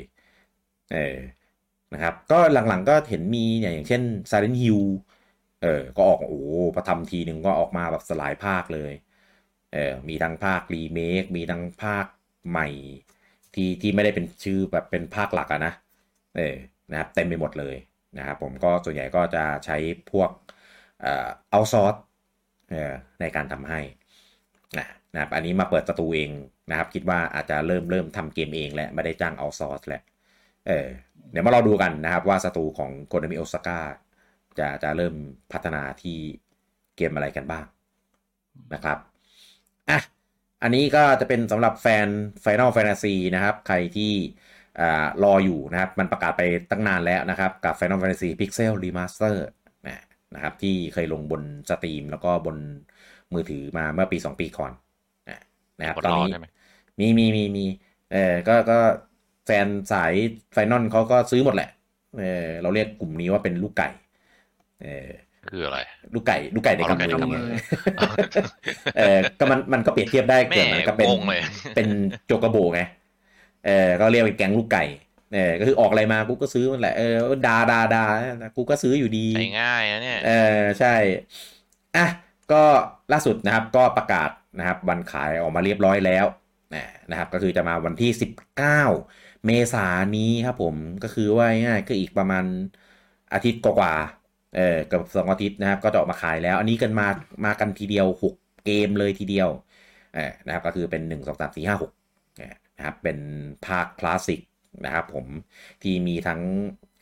นะครับก็หลังๆก็เห็นมีอย่างเช่น Silent Hill ก็ออกพอทำทีหนึ่งก็ออกมาแบบสลายภาคเลยมีทั้งภาครีเมคมีทั้งภาคใหม่ที่ไม่ได้เป็นชื่อแบบเป็นภาคหลักนะนะครับเต็มไปหมดเลยนะครับผมก็ส่วนใหญ่ก็จะใช้พวกเอาซอร์สในการทำให้นะครับอันนี้มาเปิดสตูเองนะครับคิดว่าอาจจะเริ่มทำเกมเองและไม่ได้จ้างเอาซอร์สแหละเดี๋ยวมาเราดูกันนะครับว่าสตูของโคโนมิโอซาก้าจะเริ่มพัฒนาที่เกมอะไรกันบ้างนะครับอันนี้ก็จะเป็นสำหรับแฟน Final Fantasy นะครับใครที่รออยู่นะครับมันประกาศไปตั้งนานแล้วนะครับกับ Final Fantasy Pixel Remaster นะครับที่เคยลงบนสตรีมแล้วก็บนมือถือมาเมื่อปี2ปีก่อนนะครับตอนนี้มีก็แฟนสายไฟนอลเขาก็ซื้อหมดแหละเราเรียกกลุ่มนี้ว่าเป็นลูกไก่คืออะไรลูกไก่ในกำมือก็มันก็เปรียบเทียบได้เกิดมันก็เป็นโจกโบไงก็เรียกเป็นแก๊งลูกไก่ก็คือออกอะไรมากูก็ซื้อมันแหละดากูก็ซื้ออยู่ดีง่ายนะเนี่ยใช่ก็ล่าสุดนะครับก็ประกาศนะครับวันขายออกมาเรียบร้อยแล้วนะครับก็คือจะมาวันที่19เมษายนนี้ครับผมก็คือว่าง่ายก็อีกประมาณอาทิตย์กว่ากับ2อาทิตย์นะครับก็จะออกมาขายแล้วอันนี้กันมากันทีเดียว6เกมเลยทีเดียวนะครับก็คือเป็น1 2 3 4 5 6นะครับเป็นภาคคลาสสิกนะครับผมที่มีทั้ง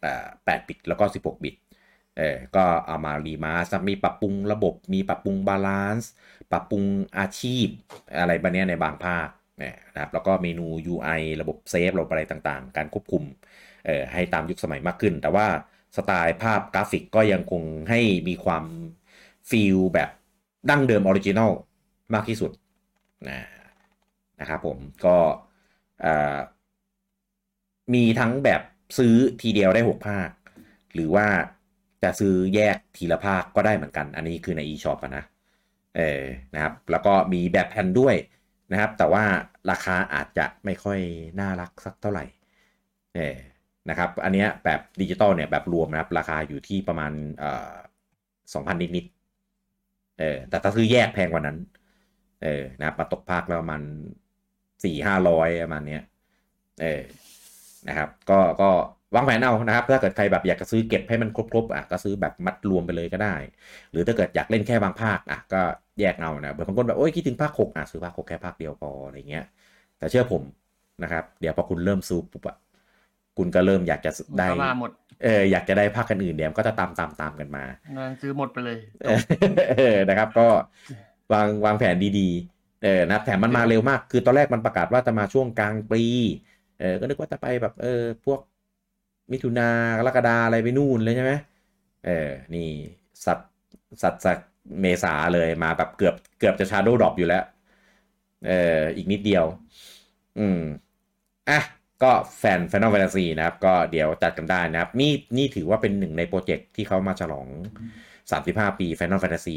8บิตแล้วก็16บิตก็เอามารีมาสมีปรับปรุงระบบมีปรับปรุงบาลานซ์ปรับปรุงอาชีพอะไรแบบนี้ในบางภาคนะครับแล้วก็เมนู UI ระบบเซฟระบบอะไรต่างๆการควบคุมให้ตามยุคสมัยมากขึ้นแต่ว่าสไตล์ภาพกราฟิกก็ยังคงให้มีความฟีลแบบดั้งเดิมออริจินอลมากที่สุดนะครับผมก็มีทั้งแบบซื้อทีเดียวได้6ภาคหรือว่าจะซื้อแยกทีละภาคก็ได้เหมือนกันอันนี้คือใน eShop นะครับแล้วก็มีแบบแผ่นด้วยนะครับแต่ว่าราคาอาจจะไม่ค่อยน่ารักสักเท่าไหร่นะครับอันนี้แบบดิจิตอลเนี่ยแบบรวมนะครับราคาอยู่ที่ประมาณ2,000 นิดแต่ถ้าซื้อแยกแพงกว่านั้นนะครับมาตกภาคแล้วมัน400-500ประมาณเนี้ยนะครับก็วางแผนเอานะครับถ้าเกิดใครแบบอยากจะซื้อเก็บให้มันครบก็ซื้อแบบมัดรวมไปเลยก็ได้หรือถ้าเกิดอยากเล่นแค่บางภาคก็แยกเอานะบางคนแบบโอ้ยคิดถึงภาค6ซื้อภาค6แค่ภาคเดียวพออะไรเงี้ยแต่เชื่อผมนะครับเดี๋ยวพอคุณเริ่มซื้อปุ๊บคุณก็เริ่มอยากจะได้มาหมดอยากจะได้ภาคกันอื่นเดี๋ยวก็จะตามกันมาซื้อหมดไปเลยนะครับก็วางแผนดีๆนะแถมมันมาเร็วมากคือตอนแรกมันประกาศว่าจะมาช่วงกลางปีก็นึกว่าจะไปแบบพวกมิถุนากรกฎาอะไรไปนู่นเลยใช่ไหมนี่สัตว์เมษาเลยมาแบบเกือบจะ Shadow Drop อยู่แล้วอีกนิดเดียวอ่ะก็แฟน Final Fantasy นะครับก็เดี๋ยวจัดกันได้นะครับนี่ถือว่าเป็นหนึ่งในโปรเจกต์ที่เขามาฉลอง35 ปี Final Fantasy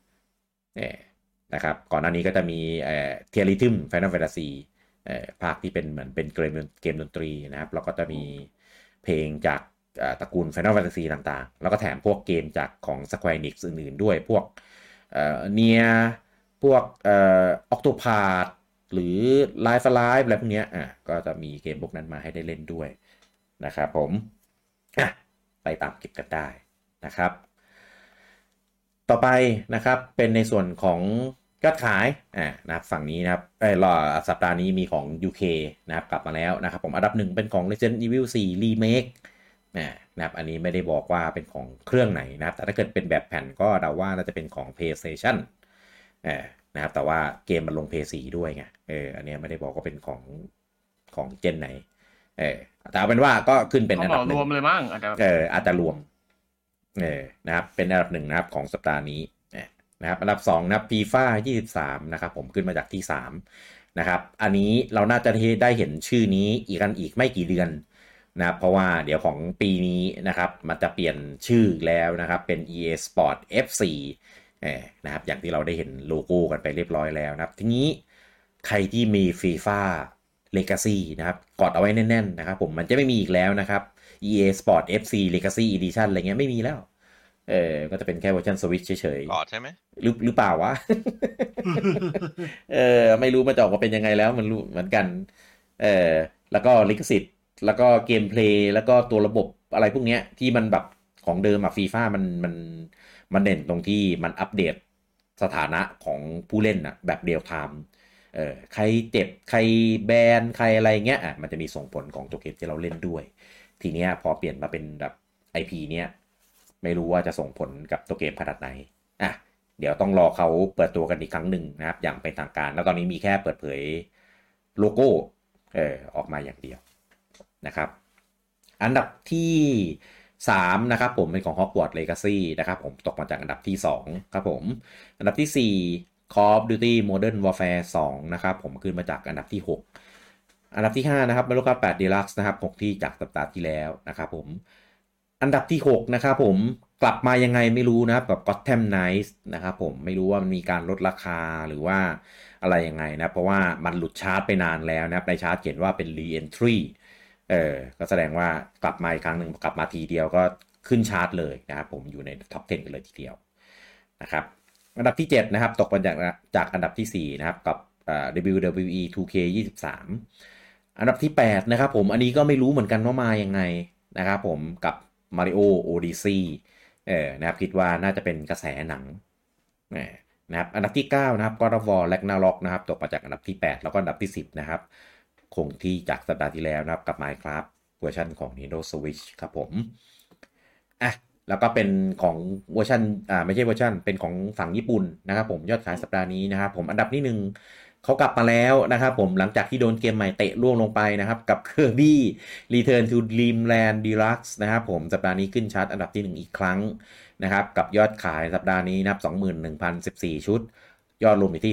นะครับก่อนหน้านี้ก็จะมีTheatrhythm Final Fantasy ภาคที่เป็นเหมือนเป็นเกมดนตรีนะครับแล้วก็จะมีเพลงจากตระกูล Final Fantasy ต่างๆแล้วก็แถมพวกเกมจากของ Square Enix อื่นๆด้วยพวกNier พวกOctopath หรือ Life Alive อะไรพวกเนี้ยก็จะมีเกมพวกนั้นมาให้ได้เล่นด้วยนะครับผมไปตามเก็บกันได้นะครับต่อไปนะครับเป็นในส่วนของยอดขายนะครับฝั่งนี้นะครับรอสัปดาห์นี้มีของ UK นะครับกลับมาแล้วนะครับผมอันดับ1เป็นของ Resident Evil 4 Remake นะครับอันนี้ไม่ได้บอกว่าเป็นของเครื่องไหนนะครับแต่ถ้าเกิดเป็นแบบแผ่นก็เดาว่าน่าจะเป็นของ PlayStation นะครับแต่ว่าเกมมันลง PS4 ด้วยไงอันนี้ไม่ได้บอกว่าเป็นของเจนไหนแต่เอาเป็นว่าก็ขึ้นเป็นอันดับ1 รวมเลยมั้งอาจจะรวมนะครับเป็นอันดับ1นะครับของสัปดาห์นี้นะครับอันดับ2นะครับ FIFA 23นะครับผมขึ้นมาจากที่3นะครับอันนี้เราน่าจะได้เห็นชื่อนี้อีกไม่กี่เดือนนะเพราะว่าเดี๋ยวของปีนี้นะครับมันจะเปลี่ยนชื่อแล้วนะครับเป็น EA Sport FC นะครับอย่างที่เราได้เห็นโลโก้กันไปเรียบร้อยแล้วนะครับทีนี้ใครที่มี FIFA Legacy นะครับกดเอาไว้แน่นๆนะครับผมมันจะไม่มีอีกแล้วนะครับ EA Sport FC Legacy Edition อะไรเงี้ยไม่มีแล้วก็จะเป็นแค่เวอร์ชัน Switch เฉยๆกอดใช่ไหมหรือเปล่าวะ ไม่รู้มันจะออกมาเป็นยังไงแล้วมันรู้เหมือนกันแล้วก็ลิขสิทธิ์แล้วก็เกมเพลย์แล้วก็ตัวระบบอะไรพวกเนี้ยที่มันแบบของเดิมอะฟีฟ่ามันเด่นตรงที่มันอัปเดตสถานะของผู้เล่นอะแบบเรียลไทม์ใครเจ็บใครแบนใครอะไรเงี้ยมันจะมีส่งผลของตัวเกมที่เราเล่นด้วยทีเนี้ยพอเปลี่ยนมาเป็นแบบ IP เนี้ยไม่รู้ว่าจะส่งผลกับตัวเกมขนาดไหนเดี๋ยวต้องรอเขาเปิดตัวกันอีกครั้งหนึ่งนะครับอย่างเป็นทางการแล้วตอนนี้มีแค่เปิดเผยโลโก้ออกมาอย่างเดียวนะครับอันดับที่3นะครับผมเป็นของ Hogwarts Legacy นะครับผมตกมาจากอันดับที่2ครับผมอันดับที่4 Call of Duty Modern Warfare 2นะครับผมขึ้นมาจากอันดับที่6อันดับที่5นะครับ Mario Kart 8 Deluxe นะครับคงที่จากสัปดาห์ที่แล้วนะครับผมอันดับที่6นะครับผมกลับมายังไงไม่รู้นะครับกับ Gotham Knights นะครับผมไม่รู้ว่ามันมีการลดราคาหรือว่าอะไรยังไงนะเพราะว่ามันหลุดชาร์ตไปนานแล้วนะครับในชาร์ตเขียนว่าเป็น re-entry ก็แสดงว่ากลับมาอีกครั้งหนึ่งกลับมาทีเดียวก็ขึ้นชาร์ตเลยนะครับผมอยู่ในท็อป 10 กันเลยทีเดียวนะครับอันดับที่7นะครับตกมาจากอันดับที่4นะครับกับ WWE 2K23 อันดับที่8นะครับผมอันนี้ก็ไม่รู้เหมือนกันว่ามายังไงนะครับผมกับ Mario Odyssey นะครับคิดว่าน่าจะเป็นกระแสหนังนะครับอันดับที่9นะครับ God of War Ragnarok นะครับตกมาจากอันดับที่8แล้วก็อันดับที่10นะครับคงที่จากสัปดาห์ที่แล้วนะครับกับ Minecraft เวอร์ชันของ Nintendo Switch ครับผมแล้วก็เป็นของเวอร์ชันไม่ใช่เวอร์ชันเป็นของฝั่งญี่ปุ่นนะครับผมยอดขายสัปดาห์นี้นะครับผมอันดับที่1เขากลับมาแล้วนะครับผมหลังจากที่โดนเกมใหม่เตะล่วงลงไปนะครับกับ Kirby Return to Dreamland Deluxe นะครับผมสัปดาห์นี้ขึ้นชาร์ตอันดับที่1อีกครั้งนะครับกับยอดขายสัปดาห์นี้นะครับ 21,014 ชุดยอดรวมอยู่ที่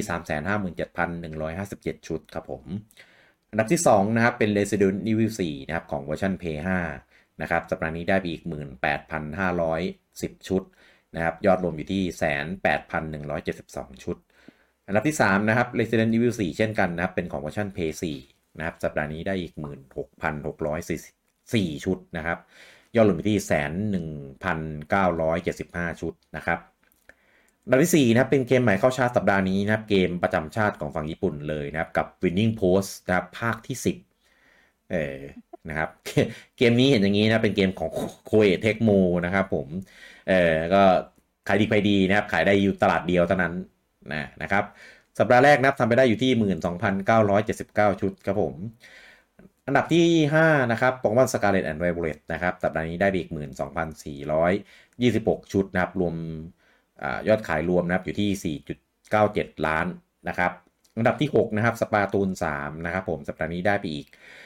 357,157 ชุดครับผมอันดับที่2นะครับเป็น Resident Evil 4นะครับของเวอร์ชัน PS5 นะครับสัปดาห์นี้ได้ไปอีก 18,510 ชุดนะครับยอดรวมอยู่ที่ 108,172 ชุดอันดับที่3นะครับ Resident Evil 4 เช่นกันนะครับเป็นของเวอร์ชัน PS4 นะครับสัปดาห์นี้ได้อีก 16,644 ชุดนะครับยอดรวมอยู่ที่ 101,975 ชุดนะครับอันดับที่4นะครับเป็นเกมใหม่เข้าชาร์ตสัปดาห์นี้นะครับเกมประจำชาติของฝั่งญี่ปุ่นเลยนะครับกับ Winning Post นะครับภาคที่10นะครับเกมนี้เห็นอย่างนี้นะเป็นเกมของ Koei Tecmo นะครับผมก็ขายดีนะครับขายได้อยู่ตลาดเดียวเท่านั้นนะครับสัปดาห์แรกนะครับทำไปได้อยู่ที่ 12,979 ชุดครับผมอัอันดับที่5นะครับ Pokémon Scarlet and Violet นะครับสัปดาห์นี้ได้ไปอีก 12,426 ชุดนะครับรวมยอดขายรวมนะครับอยู่ที่ 4.97 ล้านนะครับอันดับที่6นะครับสปาตูน3นะครับผมสัปดาห์นี้ได้ไปอีก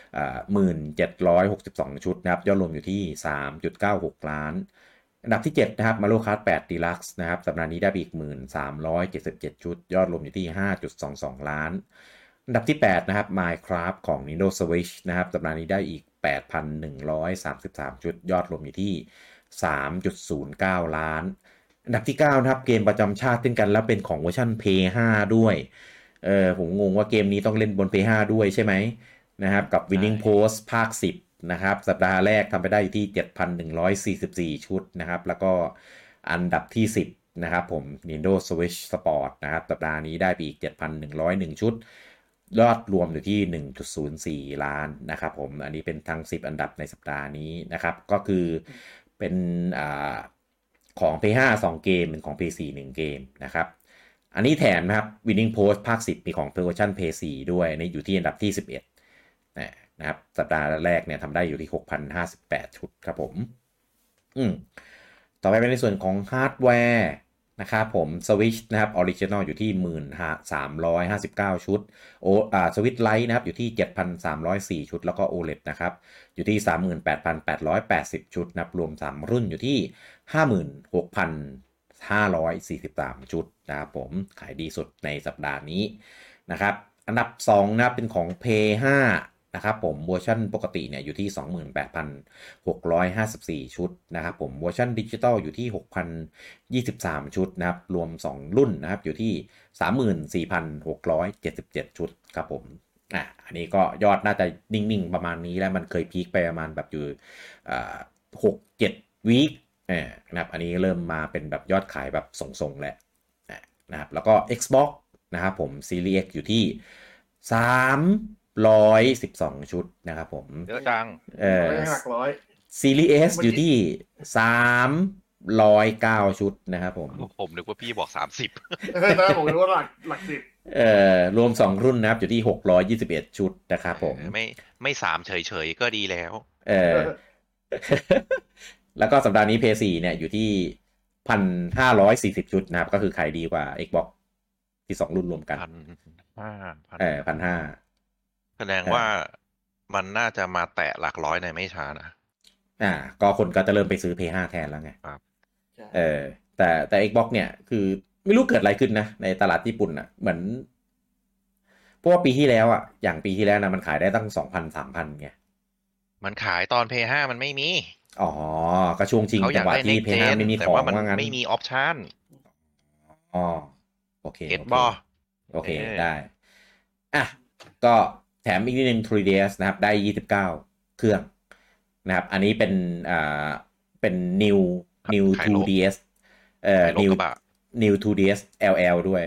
1762 ชุดนะครับยอดรวมอยู่ที่ 3.96 ล้านอันดับที่7นะครับมาโลคาร์ด8 Deluxe นะครับสัปดาห์นี้ได้ไปอีก 1,377 ชุดยอดรวมอยู่ที่ 5.22 ล้านอันดับที่8นะครับ Minecraft ของ Nintendo Switch นะครับสัปดาห์นี้ได้อีก 8,133 ชุดยอดรวมอยู่ที่ 3.09 ล้านอันดับที่9นะครับเกมประจำชาติเช่นกันแล้วเป็นของเวอร์ชัน PS5 ด้วยผมงงว่าเกมนี้ต้องเล่นบน PS5 ด้วยใช่ไหมนะครับกับ Winning Post ภาค 10นะครับสัปดาห์แรกทำไปได้อยู่ที่ 7,144 ชุดนะครับแล้วก็อันดับที่10นะครับผม Nintendo Switch Sport นะครับสัปดาห์นี้ได้ไปอีก 7,101 ชุดยอดรวมอยู่ที่ 1.04 ล้านนะครับผมอันนี้เป็นทั้ง10อันดับในสัปดาห์นี้นะครับก็คือเป็นของ PS5 2 เกมเป็นของ PS4 1 เกมนะครับอันนี้แถมนะครับ Winning Post ภาค 10มีของเวอร์ชัน PS4 ด้วยในอยู่ที่อันดับที่11นะครับสัปดาห์แรกเนี่ยทำได้อยู่ที่ 6,058 ชุดครับผมต่อไปเป็นในส่วนของฮาร์ดแวร์นะครับผม Switch นะครับ Original อยู่ที่ 1359 ชุดSwitch Lite นะครับอยู่ที่ 7,304 ชุดแล้วก็ OLED นะครับอยู่ที่ 38,880 ชุดนับรวม3รุ่นอยู่ที่ 56,543 ชุดนะครับผมขายดีสุดในสัปดาห์นี้นะครับอันดับ2นะครับเป็นของ PS5 นะครับผมเวอร์ชันปกติเนี่ยอยู่ที่ 28,654 ชุดนะครับผมเวอร์ชันดิจิตอลอยู่ที่ 6,023 ชุดนะครับรวม2รุ่นนะครับอยู่ที่ 34,677 ชุดครับผมอันนี้ก็ยอดน่าจะนิ่งๆประมาณนี้แล้วมันเคยพีคไปประมาณแบบอยู่6-7 วีคนะครับอันนี้เริ่มมาเป็นแบบยอดขายแบบส่งๆแหละนะครับแล้วก็ Xbox นะครับผม Series X อยู่ที่312 ชุดนะครับผมเยอะจังหลักร้อย Series S อยู่ที่309 ชุดนะครับผมนึกว่าพี่บอก30 ผมนึกว่าหลัก 10รวม2รุ่นนะครับอยู่ที่621ชุดนะครับผมไม่3เฉยๆก็ดีแล้วแล้วก็สัปดาห์นี้ PS4 เนี่ยอยู่ที่ 1,540 ชุดนะครับก็คือขายดีกว่า Xbox ที่2รุ่นรวมกัน1,500 แสดงว่ามันน่าจะมาแตะหลักร้อยในไม่ช้านะก็คนก็จะเริ่มไปซื้อ PS5 แทนแล้วไงครับแต่ Xbox เนี่ยคือไม่รู้เกิดอะไรขึ้นนะในตลาดญี่ปุ่นอ่ะเหมือนเพราะว่าปีที่แล้วอ่ะอย่างปีที่แล้วนะมันขายได้ตั้ง 2,000-3,000 ไงมันขายตอน PS5 มันไม่มีก็ช่วงชิงจังหวะที่ PS5 ไม่มีของว่างั้นไม่มีออปชั่นโอเคโอเคได้ก็แถมอีกนิดนึง 3DS นะครับได้29เครื่องนะครับอันนี้เป็น new 2DS new 2DS LL ด้วย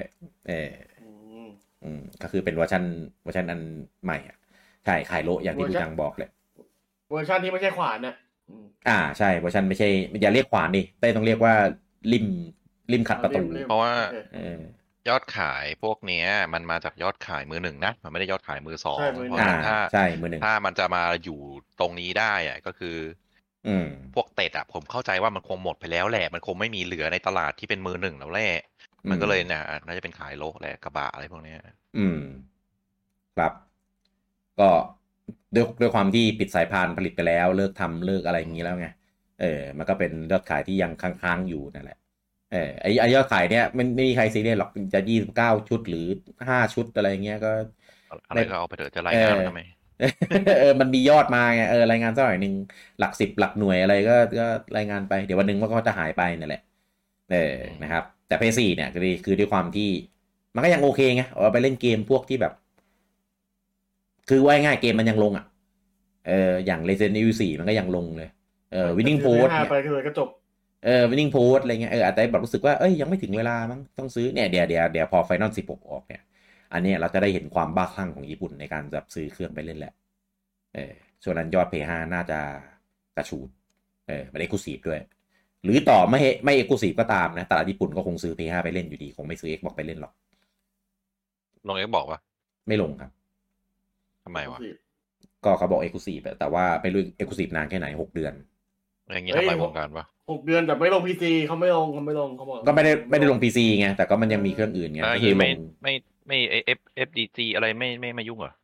ก็คือเป็นเวอร์ชันอันใหม่ใช่ขายโลอย่างที่ผู้จังบอกเลยเวอร์ชันที่ไม่ใช่ขวานน่ะใช่เวอร์ชันไม่ใช่อย่าเรียกขวานดิเต้ต้องเรียกว่าริมขัดประตูเพราะว่ายอดขายพวกนี้มันมาจากยอดขายมือหนึ่งนะมันไม่ได้ยอดขายมือสองเพราะถ้ามันจะมาอยู่ตรงนี้ได้ก็คือพวกเต็ดผมเข้าใจว่ามันคงหมดไปแล้วแหละมันคงไม่มีเหลือในตลาดที่เป็นมือหนึ่งแล้วแหละมันก็เลยเนี่ยน่าจะเป็นขายโลแหละกระบะอะไรพวกนี้ครับก็ด้วยความที่ปิดสายพานผลิตไปแล้วเลิกทำเลิกอะไรอย่างนี้แล้วไงมันก็เป็นยอดขายที่ยังค้างๆอยู่นั่นแหละไอ้ยอดขายเนี้ยไม่มีใครซีเรียสหรอกจะ29ชุดหรือ5ชุดอะไรเงี้ยก็อะไรก็เอาไปเถอะจะรายงานทำไมมันมียอดมาไงรายงานสักหน่อยนึงหลัก10หลักหน่วยอะไรก็รายงานไปเดี๋ยววันนึงมันก็จะหายไปนั่นแหละนะครับแต่ PS4 เนี่ยคือด้วยความที่มันก็ยังโอเคไงเอาไปเล่นเกมพวกที่แบบคือว่าง่ายเกมมันยังลงอย่าง Resident Evil 4มันก็ยังลงเลยWinning Post เนี่ยไปเลยก็จบ Winning Post อะไรเงี้ยอาจจะแบบรู้สึกว่ายังไม่ถึงเวลามั้งต้องซื้อเนี่ยเดี๋ยวพอ Final 16ออกเนี่ยอันนี้เราจะได้เห็นความบ้าคลั่งของญี่ปุ่นในการแบบซื้อเครื่องไปเล่นแหละส่วนนั้นยอด PS5 น่าจะกระชูดไม่ได้ Exclusive ด้วยหรือต่อไม่ Exclusive ก็ตามนะตลาดญี่ปุ่นก็คงซื้อ PS5 ไปเล่นอยู่ดีคงไม่ซื้อ Xbox ไปเล่นหรอกลง Xbox ป่ะไม่ลงครับทำไมวะก็เขาบอก Exclusive แต่ว่าไม่รู้ Exclusive นานแค่ไหน6 เดือนอย่างงี้ทำลายวงการปะ 6 เดือนแต่ไม่ลง PC เขาไม่ลงเขาบอกก็ไม่ได้ลง PC ไงแต่ก็มันยังมีเครื่องอื่นไงก็คือลงไม่FDC อะไรไม่ยุ่งเหรอ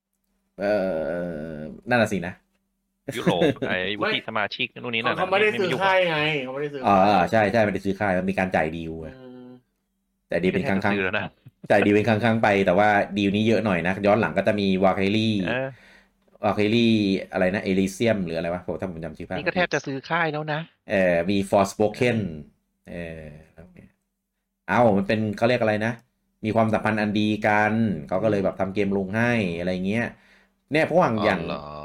นั่นน่ะสินะยุโรปวุฒิสมาชิกนู่นนี่นั่นเขาไม่ได้ซื้อค่ายไงเขาไม่ได้ซื้อใช่ไม่ได้ซื้อค่ายมันมีการจ่ายดีลแต่ดีเป็นครั้งจ่ายดีเป็นครั้งไปแต่ว่าดีลนี้เยอะหน่อยนะย้อนหลังก็จะมีวาเคลี่อะไรนะเอลิเซียมหรืออะไรวะผมถ้าผมจำชื่อนี่ก็แทบจะซื้อค่ายแล้วนะมี Forspoken มันเป็นเขาเรียกอะไรนะมีความสัมพันธ์อันดีกันเขาก็เลยแบบทำเกมลงให้อะไรเงี้ยเนี่ยเพราะอย่าง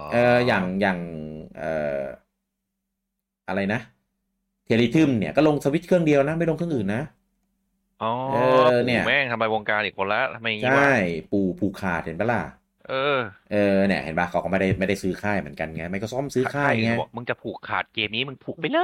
อะไรนะเทลิทึมเนี่ยก็ลงสวิตช์เครื่องเดียวนะไม่ลงเครื่องอื่นนะเนี่ยแม่งทำลายวงการอีกคนละทำไมอย่างงี้วะใช่ปูขาดเห็นปะล่ะเนี่ยเห็นปะเขาก็ไม่ได้ซื้อค่ายเหมือนกันไงไม่ก็ซ่อมซื้อค่ายไงมึงจะผูกขาดเกมนี้มึงผูกไปเลย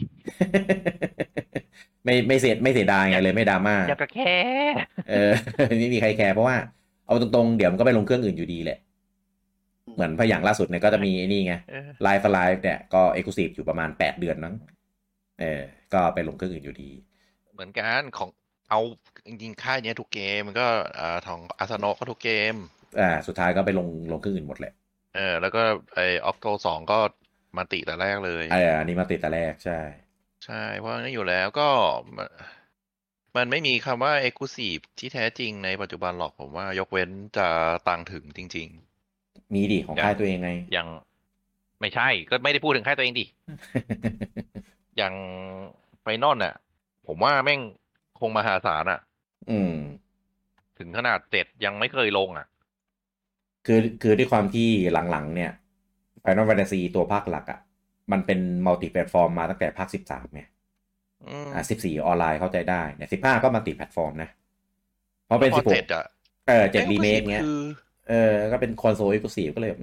ไม่เสียดายไงเลยไม่ดราม่าอยากจะแคร์ไม่มีใครแคร์เพราะว่าเอาตรงๆเดี๋ยวมันก็ไปลงเครื่องอื่นอยู่ดีแหละเหมือนพออย่างล่าสุดเนี่ยก็จะมีนี่ไงไลฟ์เนี่ยก็ Exclusive อยู่ประมาณ8 เดือนมั้งก็ไปลงเครื่องอื่นอยู่ดีเหมือนกันของเอาจริงๆค่ายเนี้ยทุกเกมมันก็ของอาร์เซนอลก็ทุกเกมสุดท้ายก็ไปลงเครื่องอื่นหมดแหละแล้วก็ออกโต2ก็มาติแต่แรกเลยอันนี้มาติแต่แรกใช่เพราะงั้นอยู่แล้วก็มันไม่มีคำว่า Exclusive ที่แท้จริงในปัจจุบันหรอกผมว่ายกเว้นจะตังถึงจริงๆมีดิของค่ายตัวเองไงอย่างไม่ใช่ก็ไม่ได้พูดถึงค่ายตัวเองดิ อย่างไฟนอลน่ะผมว่าแม่งคงมหาศาลถึงขนาด7ยังไม่เคยลงคือด้วยความที่หลังๆเนี่ย Final Fantasy ตัวภาคหลักมันเป็นมัลติแพลตฟอร์มมาตั้งแต่ภาค13ไง14ออนไลน์เข้าใจได้เนี่ย15ก็มัลติแพลตฟอร์มนะเพราะเป็น167รีเมคเงี้ยก็เป็นคอนโซล Exclusive ก็เลย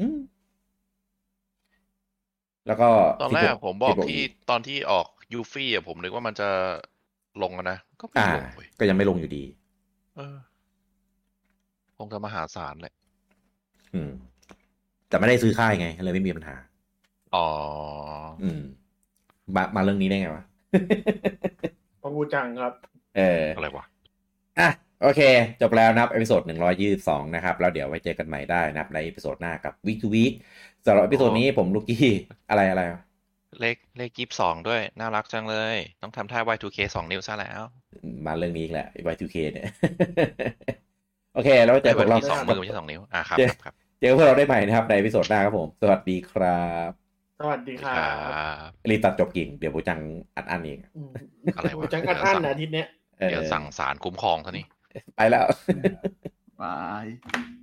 แล้วก็ตอนแรกผมบอกที่ตอนที่ออกยูฟี่ผมนึกว่ามันจะลงนะก็ไม่ลงก็ยังไม่ลงอยู่ดีคงจะมหาศาลแหละแต่ไม่ได้ซื้อค่ายไงเลยไม่มีปัญหามาเรื่องนี้ได้ไงวะพระบูจังครับอะไรวะโอเคจบแล้วนะครับเอพิโซด122นะครับแล้วเดี๋ยวไว้เจอกันใหม่ได้นะครับในเอพิโซดหน้ากับ Week to Week สำหรับเอพิโซดนี้ผมลูกกี้อะไรเลข22ด้วยน่ารักจังเลยต้องทำท่า Y2K 2 นิ้วซะแล้วมาเรื่องนี้อีกแหละ Y2K เนี่ย โอเคแล้วเจอพวกเรา 2 มือไม่ใช่2 นิ้วครับเจอพวกเราได้ใหม่นะครับในเอพิโซดหน้าครับผมสวัสดีครับสวัสดีครับรีตัดจบกิ่งเดี๋ยวบูจังอัดเองอะไรวะบูจังอัดอาทิตย์เนี้ยเดี๋ยวสั่งสารคุ้มครองซะนี่ไปแล้วบาย